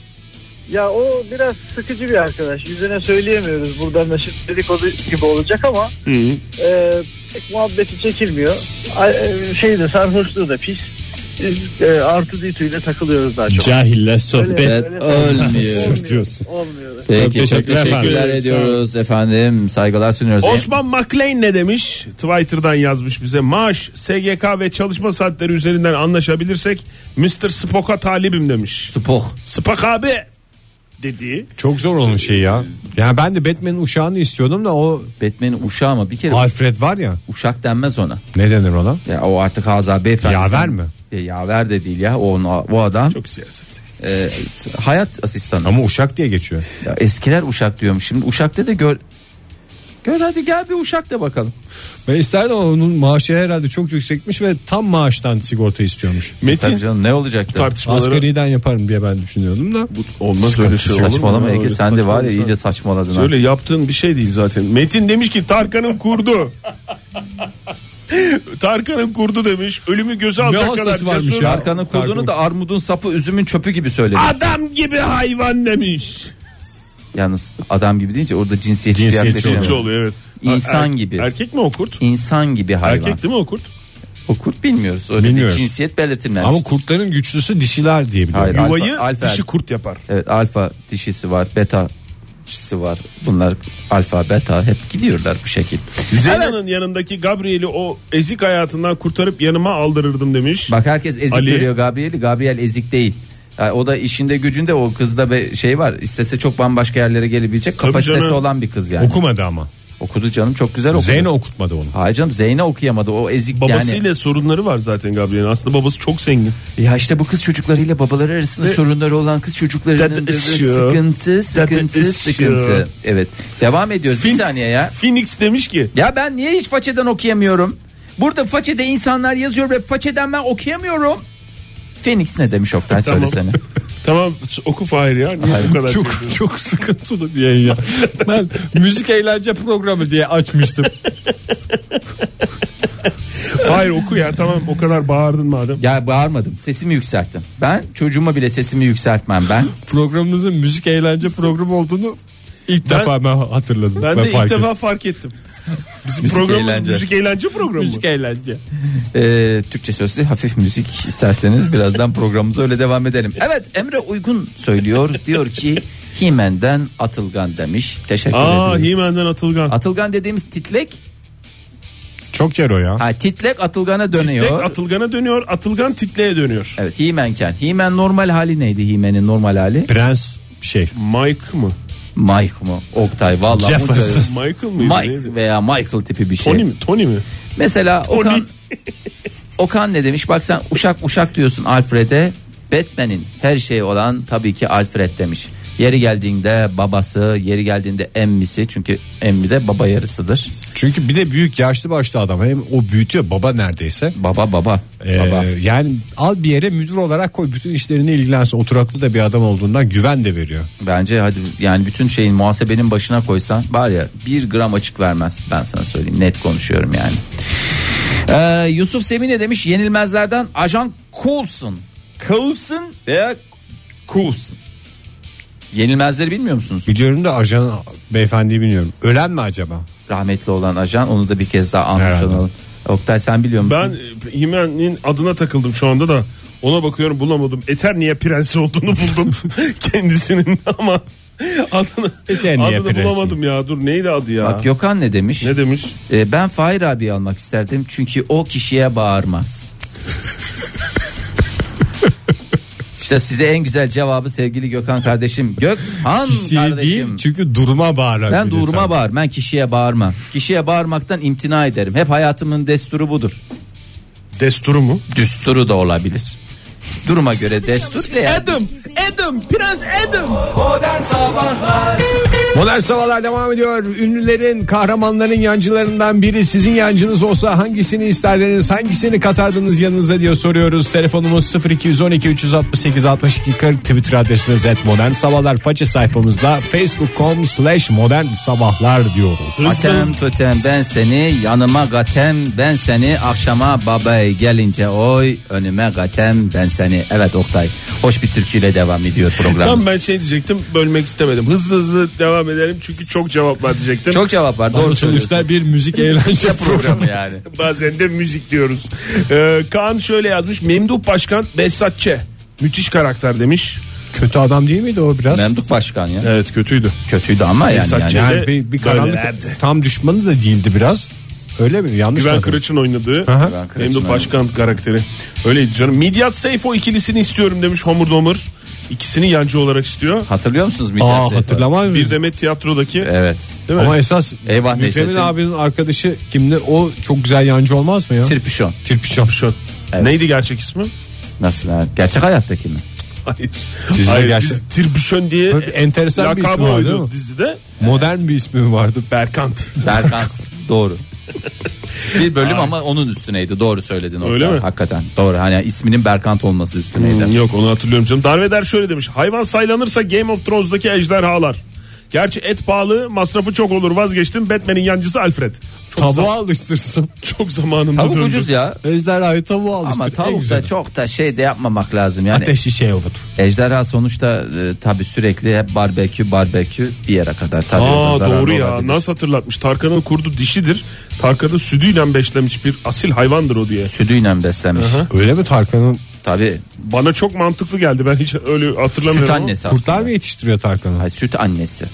A: Ya o biraz sıkıcı bir arkadaş. Yüzüne söyleyemiyoruz. Buradan da şimdi dedikodu gibi olacak ama
C: Hı hı.
A: e, pek muhabbeti çekilmiyor. A, e, şey de sarhoşluğu da pis. Biz e, Artu Ditu ile takılıyoruz daha çok.
D: Cahille sohbet.
A: Öyle-
B: Evet,
A: öyle-
B: ölmüyor.
A: Olmuyor,
D: diyorsun.
A: Olmuyor.
B: Peki çok
D: teşekkürler
B: teşekkürler
C: efendim.
B: ediyoruz efendim. Saygılar sunuyoruz.
C: Osman McLean ne demiş? Twitter'dan yazmış bize. Maaş, S G K ve çalışma saatleri üzerinden anlaşabilirsek mister Spock'a talibim demiş.
B: Spock.
C: Spock abi dediği.
D: Çok zor onun şeyi ya. Yani ben de Batman'in uşağını istiyordum da o
B: Batman'in uşağı ama bir kere
D: Alfred var ya.
B: uşak denmez ona.
D: Ne denir ona?
B: Ya o artık Hazar Beyefendi.
D: Yaver mi?
B: Ya, yaver de değil ya. O, o adam
C: Çok siyaset.
B: e, hayat asistanı.
D: Ama uşak diye geçiyor.
B: Ya eskiler uşak diyormuş. Şimdi uşakta da gör. Gör hadi gel bir uşak da bakalım.
D: Ben isterdim ama onun maaşı herhalde çok yüksekmiş ve tam maaştan sigorta istiyormuş.
B: Tabii
C: Metin
B: canım ne olacaktı?
C: tartışmaları
D: Asgariden yaparım diye ben düşünüyordum da.
C: olmaz öyle şey olur mu?
B: Saçmalama
C: ya?
B: Ege
C: Öyle
B: sen de var ya
C: saçmalama.
B: iyice saçmaladın. ha.
C: Öyle yaptığın bir şey değil zaten. Metin demiş ki Tarkan'ın kurdu. Tarkan'ın kurdu demiş. Ölümü göze alacak
D: hastası
C: kadar
D: varmış
C: cesur.
D: ya?
B: Tarkan'ın kurduğunu da armudun sapı üzümün çöpü gibi söylemiş.
C: Adam gibi hayvan demiş.
B: Yalnız adam gibi deyince orada cinsiyetçi,
D: Cinsiyetçi
B: bir yaklaşım.
C: Cinci oluyor evet.
B: İnsan
C: Er-
B: gibi.
C: Erkek mi o kurt?
B: İnsan gibi hayvan.
C: Erkek değil mi o kurt?
B: O kurt bilmiyoruz. Öyle
D: Bilmiyoruz.
B: bir cinsiyet belirtilmemiş.
D: Ama kurtların güçlüsü dişiler diye biliyorum.
B: Hayır.
C: Yuvayı
B: alfa- alfa-
C: dişi kurt yapar.
B: Evet alfa dişisi var, beta dişisi var. Bunlar alfa, beta hep gidiyorlar bu şekil.
C: Zeyna'nın yanındaki Gabriel'i o ezik hayatından kurtarıp yanıma aldırırdım demiş.
B: Bak herkes ezik
C: Ali.
B: görüyor Gabriel'i. Gabriel ezik değil. Yani o da işinde gücünde o kızda bir şey var. İstese çok bambaşka yerlere gelebilecek
C: Tabii
B: kapasitesi
C: canım.
B: olan bir kız yani.
D: Okumadı ama.
B: Okudu canım çok güzel okudu.
D: Zeyno okutmadı onu.
B: Hayır canım Zeyno okuyamadı. O ezik
C: Babasıyla
B: yani.
C: sorunları var zaten Gabriel'in. Aslında babası çok zengin.
B: Ya işte bu kız çocuklarıyla babaları arasında
C: Ve-
B: sorunları olan kız çocuklarının
C: That
B: da
C: is
B: sıkıntı,
C: true.
B: sıkıntı,
C: That is
B: sıkıntı.
C: true.
B: Evet. Devam ediyoruz. Bir
C: Fin-
B: saniye ya.
C: Phoenix demiş ki
B: Ya ben niye hiç façeden okuyamıyorum? Burada façede insanlar yazıyor ve façeden ben okuyamıyorum. Phoenix ne demiş Oktay
C: Tamam.
B: söylesene.
C: tamam oku Fahir ya. Niye bu kadar
D: Çok
C: şey
D: çok sıkıntılı bir yayın ya. Ben müzik eğlence programı diye açmıştım.
C: Hayır oku ya, tamam, o kadar bağırdın madem.
B: Ya bağırmadım, sesimi yükselttim. Ben çocuğuma bile sesimi yükseltmem ben.
D: Programımızın müzik eğlence programı olduğunu ilk
C: Ben-
D: defa ben hatırladım.
C: Ben de ilk
D: fark
C: defa fark ettim. Bizim
B: Müzik
C: programımız
B: eğlence.
C: müzik eğlence programı.
D: Müzik eğlence.
B: Ee, Türkçe sözlü hafif müzik isterseniz birazdan programımıza öyle devam edelim. Evet, Emre Uygun söylüyor, diyor ki He-Man'den Atılgan demiş. Teşekkür
C: Aa,
B: ediyoruz.
C: He-Man'den Atılgan.
B: Atılgan dediğimiz titlek,
D: Çok yer o ya.
B: ha, titlek Atılgan'a dönüyor.
C: Titlek Atılgan'a dönüyor, Atılgan Title'ye dönüyor.
B: Evet, He-Man'ken. He-Man normal hali neydi? He-Man'in normal hali?
D: Prens şey.
C: Mike mı?
B: Mike mı? Oktay vallahi
D: Jefferson.
B: bu-
C: Michael mıydı?
B: Mike
C: Neydi?
B: veya Michael tipi bir şey.
C: Tony mi? Tony mi?
B: Mesela
C: Tony.
B: Okan Okan ne demiş? Bak sen uşak uşak diyorsun Alfred'e. Batman'in her şeyi olan tabii ki Alfred demiş. Yeri geldiğinde babası, yeri geldiğinde emmisi, çünkü emmi de baba yarısıdır.
D: Çünkü bir de büyük yaşlı başlı adam. Hem o büyütüyor, baba neredeyse.
B: Baba baba.
D: Ee,
B: baba.
D: Yani al bir yere müdür olarak koy, bütün işlerine ilgilensin. Oturaklı da bir adam olduğundan güven de veriyor.
B: Bence hadi yani bütün şeyin muhasebenin başına koysan var ya, bir gram açık vermez, ben sana söyleyeyim, net konuşuyorum yani. Ee, Yusuf Semine demiş yenilmezlerden Ajan Coulson. Coulson veya Coulson. Yenilmezleri bilmiyor musunuz?
D: Biliyorum da ajan beyefendiyi bilmiyorum. Ölen mi acaba?
B: Rahmetli olan ajan, onu da bir kez daha anmış
D: Herhalde.
B: olalım. Oktay sen biliyor musun?
C: Ben e, He-Man'in adına takıldım şu anda da. Ona bakıyorum, bulamadım. Eternia Prensi olduğunu buldum kendisinin ama adını,
D: Eternia
C: adını
D: Prensi.
C: bulamadım ya. Dur, neydi adı ya?
B: Bak Gökhan ne demiş?
C: Ne demiş?
B: Ee, ben Fahir abi almak isterdim çünkü o kişiye bağırmaz. İşte size en güzel cevabı sevgili Gökhan kardeşim. Gökhan
D: Kişiye
B: kardeşim.
D: değil, çünkü duruma bağıran.
B: Ben
D: bir
B: duruma
D: insan.
B: bağır. Ben kişiye bağırmam. Kişiye bağırmaktan imtina ederim. Hep hayatımın desturu budur.
C: Desturu mu?
B: Düsturu da olabilir. Duruma göre destur veya
C: Adam, Adam, Prens Adam.
D: Modern Sabahlar devam ediyor. Ünlülerin, kahramanların yancılarından biri sizin yancınız olsa hangisini isterdiniz, hangisini katardınız yanınıza diye soruyoruz. Telefonumuz sıfır iki on iki üç altı sekiz altmış iki kırk, Twitter adresimiz et modern sabahlar, faça sayfamızda facebook nokta com slash modern sabahlar diyoruz.
B: Atem totem ben seni, yanıma gatem ben seni, akşama babay gelince oy önüme gatem ben seni. Evet Oktay, hoş bir türküyle devam ediyor programımız.
C: Tam ben şey diyecektim, bölmek istemedim. Hızlı hızlı devam edelim çünkü çok cevap var diyecektim.
B: Çok cevap var, doğru söylüyorsun.
D: Sonuçta bir müzik eğlence programı.
B: yani.
C: Bazen de müzik diyoruz. Ee, Kaan şöyle yazmış. Memduh Başkan Behzat Ç. Müthiş karakter demiş.
D: Kötü adam değil miydi o biraz?
B: Memduh Başkan ya.
C: Evet, kötüydü.
B: Kötüydü ama yani.
C: Behzat
B: yani.
C: Ç.
D: Yani bir, bir karanlık,
C: Böylelerdi.
D: tam düşmanı da değildi biraz. Öyle mi? Yanlış mı?
C: Güven
D: hatırladım?
C: Kıraç'ın oynadığı
D: Aha.
B: Güven Kıraç'ın
C: Memduh
B: oynadığı.
C: Başkan karakteri. Öyleydi canım. Midyat Seyfo ikilisini istiyorum demiş Homur Domur. İkisini yancı olarak istiyor.
B: Hatırlıyor musunuz Midyat
D: Aa,
B: Seyfo?
D: hatırlamaz
C: Bir
D: mıyız?
C: Demet Tiyatro'daki.
B: Evet.
C: Değil mi?
D: Ama esas
B: Eyvah
D: Mükremin
B: Necdet'in-
D: abinin arkadaşı kimdi? O çok güzel yancı olmaz mı ya?
B: Tirpişon.
D: Tirpişon.
C: Şön.
B: Evet.
C: Neydi gerçek ismi?
B: Nasıl? Ha? Gerçek hayattaki mi?
C: Hayır.
D: Dizide
C: Hayır,
D: gerçek-
C: biz Tirbüşön diye
D: Böyle bir enteresan bir
C: lakabı
D: ismi var,
C: oydu
D: değil mi?
C: dizide.
D: Modern bir ismi vardı.
C: Berkant.
B: Berkant. Doğru. Bir bölüm ama onun üstüneydi. Doğru söyledin Oktay.
C: Öyle mi?
B: Hakikaten. Doğru. Hani isminin Berkant olması üstüneydi.
C: Hmm, yok, onu hatırlıyorum canım. Darveder şöyle demiş. Hayvan saylanırsa Game of Thrones'daki ejderhalar. Gerçi et pahalı, masrafı çok olur, vazgeçtim. Batman'in yancısı Alfred. Çok,
D: Tavuğa
C: zam-
D: alıştırsın.
C: çok zamanında
B: Tavuk
C: döndü.
B: ucuz ya.
D: Ejderhayı tavuğa alıştır.
B: Ama
D: En
B: tavuk da
D: güzeli.
B: çok da şey de yapmamak lazım yani.
D: Ateşi şey olur.
B: Ejderha sonuçta e, tabi sürekli hep barbekü barbekü bir yere kadar tabi.
C: Aa, doğru ya, nasıl hatırlatmış. Tarkan'ın kurdu dişidir. Tarkan'ı sütüyle beslemiş bir asil hayvandır o diye.
B: Sütüyle beslemiş.
D: Öyle mi Tarkan'ın?
B: Tabi.
C: Bana çok mantıklı geldi, ben hiç öyle hatırlamıyorum.
B: Süt
C: ama.
B: annesi aslında.
D: Kurtlar mı yetiştiriyor Tarkan'ı?
B: Hayır, süt annesi.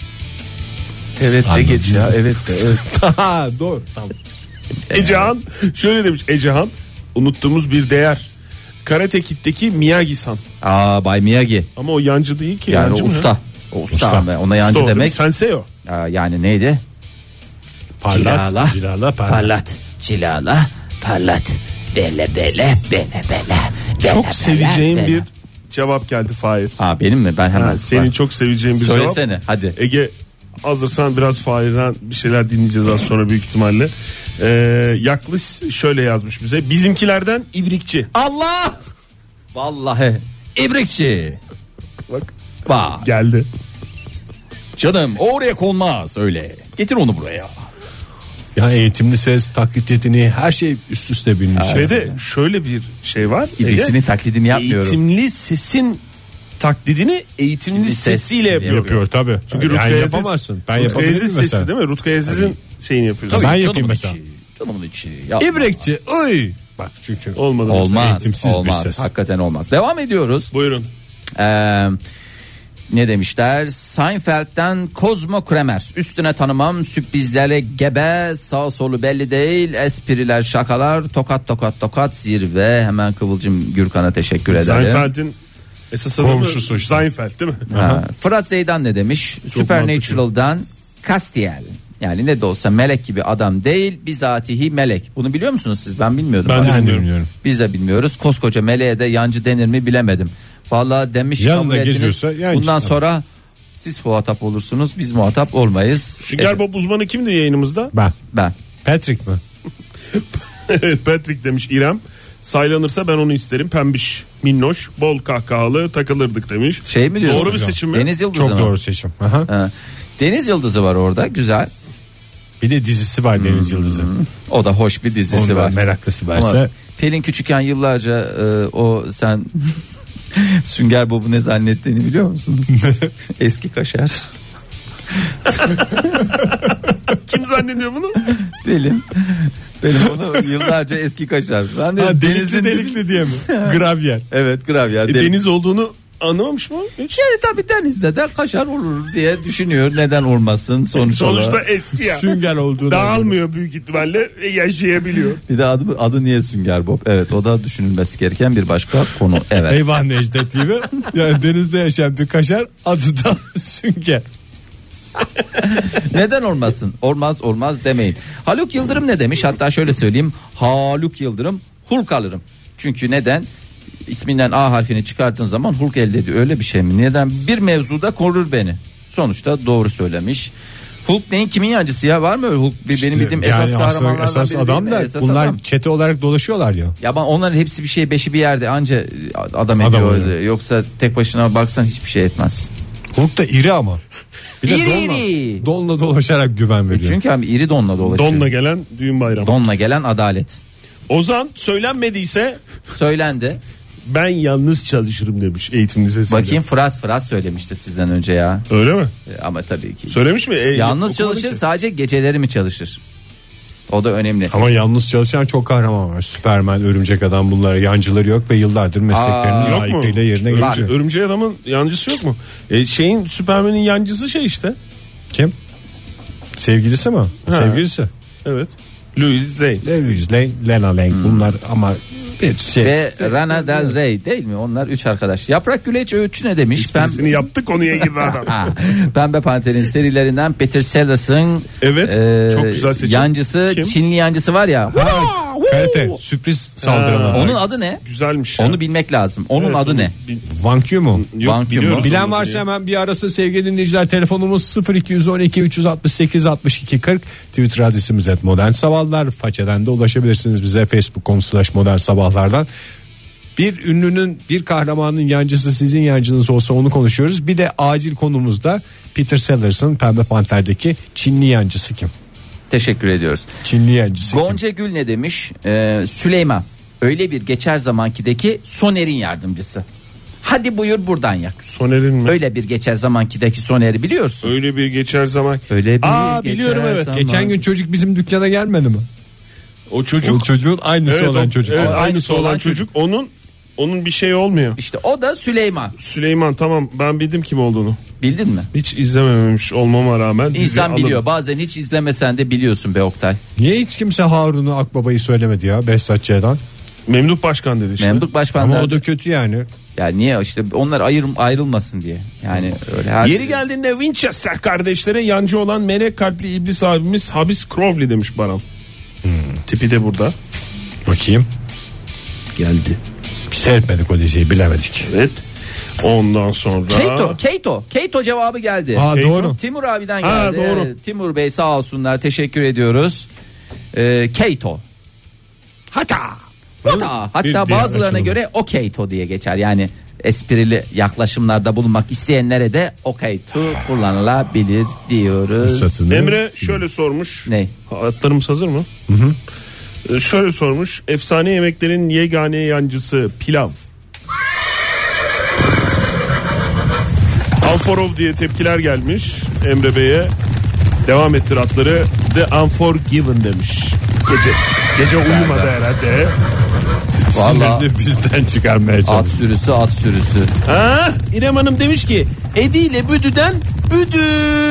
C: Evet de geç ya, evet de evet.
D: Ha, doğru. Tamam.
C: Ecehan şöyle demiş. Ecehan, unuttuğumuz bir değer. Karate Kid'deki Miyagi-san.
B: Aa, Bay Miyagi.
C: Ama o yancı değil ki.
B: Yani
C: yancı
B: o
C: mı
B: usta.
C: ya?
B: O usta.
D: Usta.
B: ama Ona yancı
C: Usta o, değil mi?
B: demek.
C: Sensei o.
B: Aa, yani neydi?
D: Parlat,
B: Cilala,
D: cilala, parlat.
B: parlat, cilala, parlat, bele bele, bele bele, bele
C: Çok
B: bele,
C: seveceğim
B: bele.
C: bir cevap geldi Fahir.
B: Aa, benim mi? Ben hemen.
C: Ha, senin çok seveceğin bir
B: Söylesene,
C: cevap.
B: hadi.
C: Ege, hazırsan biraz Fahir'den bir şeyler dinleyeceğiz az sonra büyük ihtimalle. Ee, Yaklis şöyle yazmış bize. Bizimkilerden ibrikçi.
B: Allah! Vallahi ibrikçi.
C: Bak
B: Bak.
C: geldi.
B: Canım oraya konmaz öyle. Getir onu buraya.
D: Yani eğitimli ses, taklit yeteneği, her şey üst üste binmiş.
C: Ve de şöyle bir şey var.
B: İblisinin taklidini yapmıyorum.
C: Eğitimli sesin taklidini eğitimli
B: Eğitimli
C: sesiyle
B: ses
C: yapıyor.
D: Yapıyor tabii.
C: Çünkü
D: yani
C: Rutkay Aziz,
D: yapamazsın. Ben
C: Rutkay
D: yapabilirim
C: Aziz
D: mesela.
C: sesi değil mi? Rutkay Aziz'in şeyini yapıyor.
B: Tabii,
D: Ben
B: canımın
D: yapayım mesela.
B: içi, canımın içi. Yapma.
D: İbrekçi. Oy. Bak çünkü.
C: Olmadı mesela.
B: Olmaz.
D: Eğitimsiz bir
B: olmaz.
D: ses.
B: Hakikaten olmaz. Devam ediyoruz.
C: Buyurun.
B: Ee, ne demişler? Seinfeld'den Kozmo Kramer. Üstüne tanımam, sürprizlerle gebe, sağ solu belli değil, espriler, şakalar, tokat tokat tokat zirve. Hemen Kıvılcım Gürkan'a teşekkür ederim.
C: Seinfeld'in esas adamı
D: Komşusu işte.
C: Seinfeld değil mi?
B: Ha, Fırat Zeydan ne demiş? Supernatural'dan Castiel. Yani ne de olsa melek gibi adam değil, bizatihi melek. Bunu biliyor musunuz siz? Ben bilmiyordum.
C: Ben de
B: Bak,
C: bilmiyorum.
D: bilmiyorum.
B: Biz de bilmiyoruz. Koskoca meleğe de yancı denir mi bilemedim. Vallahi demiş,
D: Yanında
B: kabul ettiniz.
D: geziyorsa yancı.
B: Bundan sonra siz muhatap olursunuz, biz muhatap olmayız.
C: Sünger
B: Evet,
C: Bob uzmanı kimdi yayınımızda?
D: Ben.
B: ben.
D: Patrick mi?
C: Evet, Patrick demiş İrem. Saylanırsa ben onu isterim. Pembiş, minnoş, bol kahkahalı takılırdık demiş.
B: Şey mi diyorsun?
C: Doğru bir seçim mi?
B: Deniz Yıldızı
D: Çok
B: mı?
D: doğru seçim. Aha.
B: Ha. Deniz Yıldızı var orada, güzel.
D: Bir de dizisi var Deniz Yıldızı.
B: O da hoş bir dizisi
D: Ondan
B: var.
D: meraklısı
B: Ama
D: varsa.
B: Pelin küçükken yıllarca e, o sen Sünger Bob'u ne zannettiğini biliyor musunuz? Eski kaşar.
C: Kim zannediyor bunu?
B: Pelin. Pelin onu yıllarca eski kaşar. Ben de
D: Ha, delikli
B: denizin
D: delikli diye mi? Gravyer.
B: Evet, gravyer.
C: E,
B: delik.
C: deniz olduğunu anlamamış mı? Hiç.
B: Yani tabii denizde de kaşar olur diye düşünüyor. Neden olmasın sonuç
C: Sonuçta
B: olarak.
C: eski ya.
D: Sünger olduğunu.
C: Dağılmıyor büyük ihtimalle ve yaşayabiliyor.
B: Bir de adı, adı niye Sünger Bob? Evet, o da düşünülmesi gereken bir başka konu. Evet.
D: Eyvah Necdet gibi. Yani denizde yaşayan bir kaşar, adı da Sünger.
B: Neden olmasın? Olmaz olmaz demeyin. Haluk Yıldırım ne demiş? Hatta şöyle söyleyeyim. Haluk Yıldırım, Hulk alırım. Çünkü neden? İsminden A harfini çıkarttığın zaman Hulk elde ediyor. Öyle bir şey mi? Neden? Bir mevzuda korur beni. Sonuçta doğru söylemiş. Hulk neyin kimin yancısı ya? Var mı öyle Hulk? Bir, benim bildiğim esas
D: yani aslında
B: kahramanlardan
D: esas
B: biri
D: adam
B: değil mi?
D: da
B: Esas
D: bunlar
B: adam.
D: çete olarak dolaşıyorlar ya.
B: Ya ben onların hepsi bir şey, beşi bir yerde anca adam
D: Adam
B: ediyor.
D: oluyor.
B: Yoksa tek başına baksan hiçbir şey etmez.
D: Hulk da iri ama. Bir de
B: İri
D: donla,
B: iri.
D: donla dolaşarak güven veriyor.
B: Çünkü abi iri donla dolaşıyor.
C: Donla gelen düğün bayramı.
B: Donla gelen adalet.
C: Ozan söylenmediyse
B: Söylendi.
C: ben yalnız çalışırım demiş eğitimli sesiyle.
B: Bakayım, Fırat Fırat söylemişti sizden önce ya.
C: Öyle mi?
B: E, Ama tabii ki.
C: Söylemiş mi? E,
B: Yalnız
C: okumadık
B: çalışır,
C: ki.
B: sadece geceleri mi çalışır? O da önemli.
D: Ama yalnız çalışan çok kahraman var. Süperman, Örümcek Adam, bunlara yancıları yok ve yıllardır mesleklerini
B: Aa,
C: Yok mu?
D: layıkıyla yerine
C: Örümce-
D: getiriyor.
C: Örümcek adamın yancısı yok mu? E, şeyin Süpermen'in yancısı şey işte.
D: Kim? Sevgilisi mi?
C: Ha.
D: Sevgilisi.
C: Evet. Louis Lane.
D: Louis Lane, Lena Lane, bunlar ama bir şey.
B: Ve Rana Del Rey değil mi? Onlar üç arkadaş. Yaprak Güleç Öğütçü ne demiş?
C: Esprisini yaptı, konuya girdi adam.
B: Ha, Pembe Panter'in serilerinden Peter Sellers'ın
C: Evet, çok güzel seçim.
B: yancısı,
C: Kim?
B: Çinli yancısı var ya.
D: Karate, sürpriz saldırılar.
B: Onun adı ne?
C: Güzelmiş ya.
B: Onu bilmek lazım. Onun
C: Evet,
B: adı
C: onu
B: ne?
C: bil-
D: Van Q mu?
C: Yok,
B: Van Q
C: biliyoruz
B: mu?
D: Bilen
C: onu
D: varsa
C: diye.
D: hemen bir arası sevgili dinleyiciler. Telefonumuz sıfır iki on iki üç altı sekiz altmış iki kırk. Twitter adresimiz et modern sabahlar. Façeden de ulaşabilirsiniz bize facebook nokta com slash modern sabahlardan. Bir ünlünün, bir kahramanın yancısı sizin yancınız olsa onu konuşuyoruz. Bir de acil konumuzda Peter Sellers'ın Pembe Panter'deki Çinli yancısı kim?
B: Teşekkür ediyoruz.
D: Çinli yancısı kim?
B: Gonca Gül ne demiş? Ee, Süleyman. Öyle bir geçer zamankideki Soner'in yardımcısı. Hadi buyur buradan yak.
C: Soner'in mi?
B: Öyle bir geçer zamankideki Soner'i biliyorsun.
C: Öyle bir geçer zaman.
B: Öyle bir
C: Aa,
B: geçer
C: biliyorum, evet.
B: zaman-
D: Geçen gün çocuk bizim dükkana gelmedi mi?
C: O çocuk.
D: O çocuğun aynısı
C: Evet,
D: olan
C: o-
D: çocuk.
C: evet,
B: Aynısı
C: aynısı olan
B: olan
C: çocuk. Onun onun bir şey olmuyor.
B: İşte o da Süleyman.
C: Süleyman, tamam, ben bildim kim olduğunu.
B: Bildin mi?
C: Hiç izlememiş olmama rağmen. dizi
B: İnsan
C: alırım.
B: biliyor. Bazen hiç izlemesen de biliyorsun be Oktay.
D: Niye hiç kimse Harun'u Akbaba'yı söylemedi ya Behzat Ç'den?
C: Memduh Başkan dedi işte.
B: Memduh
D: Ama
B: Başkanlar.
D: o da kötü yani.
B: Ya niye işte onlar ayır, ayrılmasın diye. Yani öyle her
C: Yeri geldiğinde Winchester kardeşlere yancı olan melek kalpli iblis abimiz Habis Crowley demiş Baran. Tipi de burada.
D: Bakayım.
C: Geldi.
D: Seyretmedik o diziyi, bilemedik.
C: Evet. Ondan sonra.
B: Keito, Keito, Keito cevabı geldi.
D: Aa,
C: Keito.
D: doğru.
B: Timur abiden
C: Ha,
B: geldi.
C: doğru.
B: Evet, Timur Bey sağ olsunlar, teşekkür ediyoruz. Ee, Keito. Hatta. Hatta, hatta
C: Bir diğer
B: bazılarına
C: açılımı.
B: göre o Keito diye geçer. Yani esprili yaklaşımlarda bulunmak isteyenlere de okay to kullanılabilir diyoruz.
D: Fırsatını-
C: Emre şöyle sormuş.
B: Ne?
C: Hatlarımız hazır mı? Hı hı. Şöyle sormuş. Efsane yemeklerin yegane yancısı pilav. Unforov diye tepkiler gelmiş Emre Bey'e. Devam ettir atları. The Unforgiven demiş. Gece gece uyumadı herhalde.
B: Vallahi
D: Sinirini bizden çıkarmaya
B: at
D: çalışıyor.
B: sürüsü at sürüsü.
C: Ha, İrem Hanım demiş ki Edi ile Büdü'den Büdü.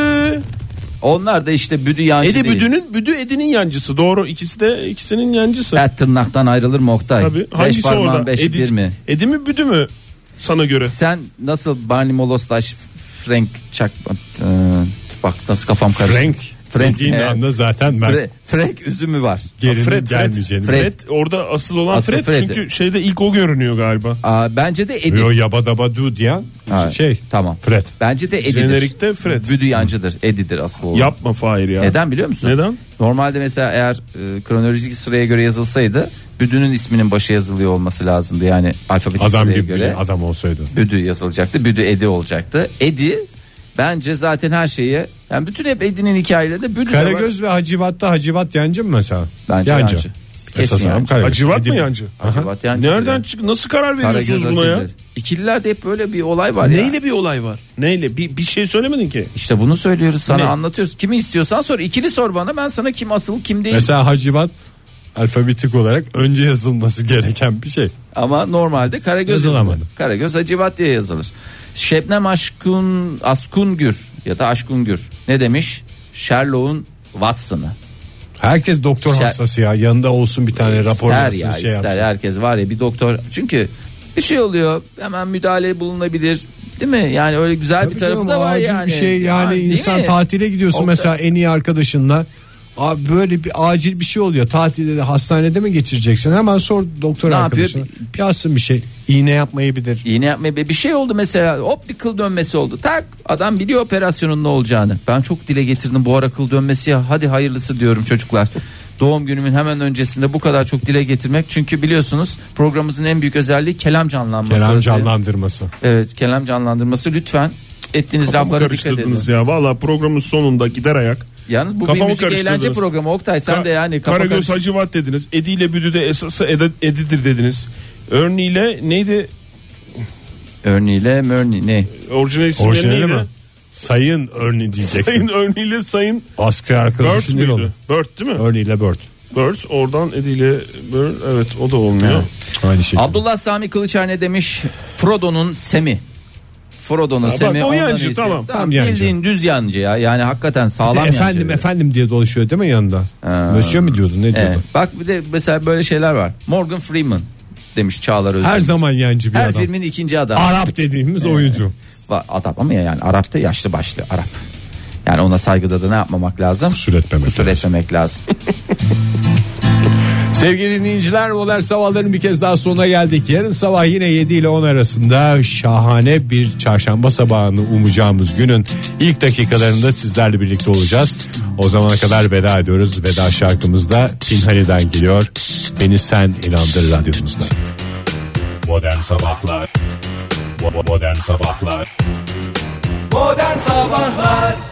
B: Onlar da işte büdü yancı
C: Edi
B: değil.
C: Büdü'nün Büdü Edi'nin yancısı. Doğru, ikisi de ikisinin yancısı.
B: Et tırnaktan ayrılır mı Oktay?
C: Tabii.
B: Beş
C: Hangisi
B: parmağın
C: orada?
B: beşi
C: Edi,
B: bir mi?
C: Edi mi Büdü mü sana göre?
B: Sen nasıl Barney Molostaş, Frank Çak, e, bak nasıl kafam karıştı.
D: Frank,
B: Frank
D: dediğin
B: he.
D: anda zaten ben
B: Fre- Frank üzümü var.
D: gerinin
C: Fred, Fred,
D: gelmeyeceğini.
B: Fred.
C: Fred orada asıl olan
B: Asıl
C: Fred,
B: Fred.
C: çünkü şeyde ilk o görünüyor galiba.
B: Aa, bence de Edi.
D: Yo yabadaba du diyen
B: Ha,
D: şey.
B: tamam.
D: Fred.
B: Bence de Edi'dir.
C: Jenerikte Fred.
B: Büdü yancıdır. Edi'dir asıl olan.
C: Yapma Fahir ya.
B: Neden biliyor musun?
C: Neden?
B: Normalde mesela eğer e, kronolojik sıraya göre yazılsaydı Büdü'nün isminin başı yazılıyor olması lazımdı. Yani alfabetik
D: Adam
B: sıraya
D: gibi
B: göre
D: bir adam olsaydı.
B: Büdü yazılacaktı. Büdü Edi olacaktı. Edi bence zaten her şeyi, yani bütün hep Edi'nin hikayelerinde Büdü de var.
D: Karagöz ve Hacivat'ta Hacivat yancı mı mesela?
B: Bence yancı. Kesin
D: Esas adam
B: yancı.
D: Karagöz.
C: Hacivat mı
D: Edi-
C: yancı?
B: Hacivat yancı.
C: Nereden çık? Nasıl karar veriyorsunuz
B: Karagöz
C: buna ya?
B: asildir. İkililerde hep böyle bir olay var ya.
C: Neyle bir olay var? Neyle? Bir, bir şey söylemedin ki.
B: İşte bunu söylüyoruz sana,
C: Ne?
B: anlatıyoruz. Kimi istiyorsan sor, ikili sor bana, ben sana kim asıl kim değil.
D: Mesela Hacivat alfabetik olarak önce yazılması gereken bir şey.
B: Ama normalde Karagöz
D: Yazılamadı.
B: yazılır. Karagöz Hacivat diye yazılır. Şebnem Aşkun Askungür ya da Aşkungür ne demiş? Sherlock'un Watson'ı.
D: Herkes doktor
B: Şer-
D: hastası ya. Yanında olsun bir tane rapor
B: İster
D: alsın,
B: ya
D: şey
B: ister,
D: yapsın.
B: herkes var ya bir doktor. Çünkü bir şey oluyor, hemen müdahale bulunabilir. Değil mi? Yani öyle güzel
D: Tabii
B: bir tarafı
D: canım,
B: da var
D: acil
B: yani.
D: bir şey yani
B: değil
D: insan
B: mi?
D: tatile gidiyorsun
B: Oktay-
D: mesela en iyi arkadaşınla. Abi böyle bir acil bir şey oluyor. Tatilde de hastanede mi geçireceksin? Hemen sor doktor
B: Ne
D: arkadaşına.
B: yapıyor?
D: Yazsın bir şey. İğne yapmayabilir.
B: İğne yapmaya bir şey oldu mesela, hop bir kıl dönmesi oldu, tak adam biliyor operasyonun ne olacağını. Ben çok dile getirdim bu ara kıl dönmesi ya, hadi hayırlısı diyorum çocuklar. Doğum günümün hemen öncesinde bu kadar çok dile getirmek, çünkü biliyorsunuz programımızın en büyük özelliği kelam canlanması.
D: Kelam canlandırması.
B: Evet, kelam canlandırması, lütfen ettiğiniz
C: Kafamı
B: laflara dikkat edin.
C: karıştırdınız ya. Valla programın sonunda gider ayak.
B: Yalnız bu
C: Kafamı
B: bir müzik eğlence
C: karıştırdınız.
B: programı Oktay, sen
C: Ka-
B: de yani kafa
C: Karagöz
B: karış.
C: Hacivat dediniz. Edi ile Büdü de esası Ed- Edi'dir dediniz. Örneğiyle neydi?
B: Örneğiyle mörni ne?
C: Orijinal isimleri
D: Orijinali
C: neydi?
D: mi? Sayın Örni diyeceksin.
C: Sayın örneğiyle Sayın
D: Asker
C: Bird
D: arkadaşın değil
C: müydü?
D: onu.
C: Bird değil mi?
D: Örni ile Bird.
C: Bird, oradan Edi ile Bird. Evet, o da olmuyor.
D: Aynı şekilde.
B: Abdullah Sami Kılıçer ne demiş? Frodo'nun Semi. Frodo'nun
C: Ha, bak,
B: Semi
C: o
B: ondan
C: yancı,
B: iyisi.
C: tamam.
D: Tam yancı.
B: Bildiğin düz yancı ya. Yani hakikaten sağlam yancı.
D: Efendim efendim diye dolaşıyor değil mi yanında?
B: Ha.
D: Monsieur mi diyordu ne diyordu?
B: Evet. Bak bir de mesela böyle şeyler var. Morgan Freeman demiş Çağlar Özdemir.
D: Her zaman yancı bir
B: Her
D: adam.
B: filmin ikinci adamı.
D: Arap dediğimiz oyuncu.
B: Va- Adam ama ya yani Arap da yaşlı başlı Arap. Yani ona saygıda da ne yapmamak lazım?
D: Kusur etmemek
B: Kusur
D: lazım.
B: etmemek lazım.
D: Sevgili dinleyiciler, modern sabahların bir kez daha sonuna geldik. Yarın sabah yine yedi ile on arasında şahane bir çarşamba sabahını umacağımız günün ilk dakikalarında sizlerle birlikte olacağız. O zamana kadar veda ediyoruz. Veda şarkımız da Pinhani'den geliyor. Beni sen inandır radyomuzda.
G: Modern Sabahlar Bo- Modern Sabahlar
H: Modern Sabahlar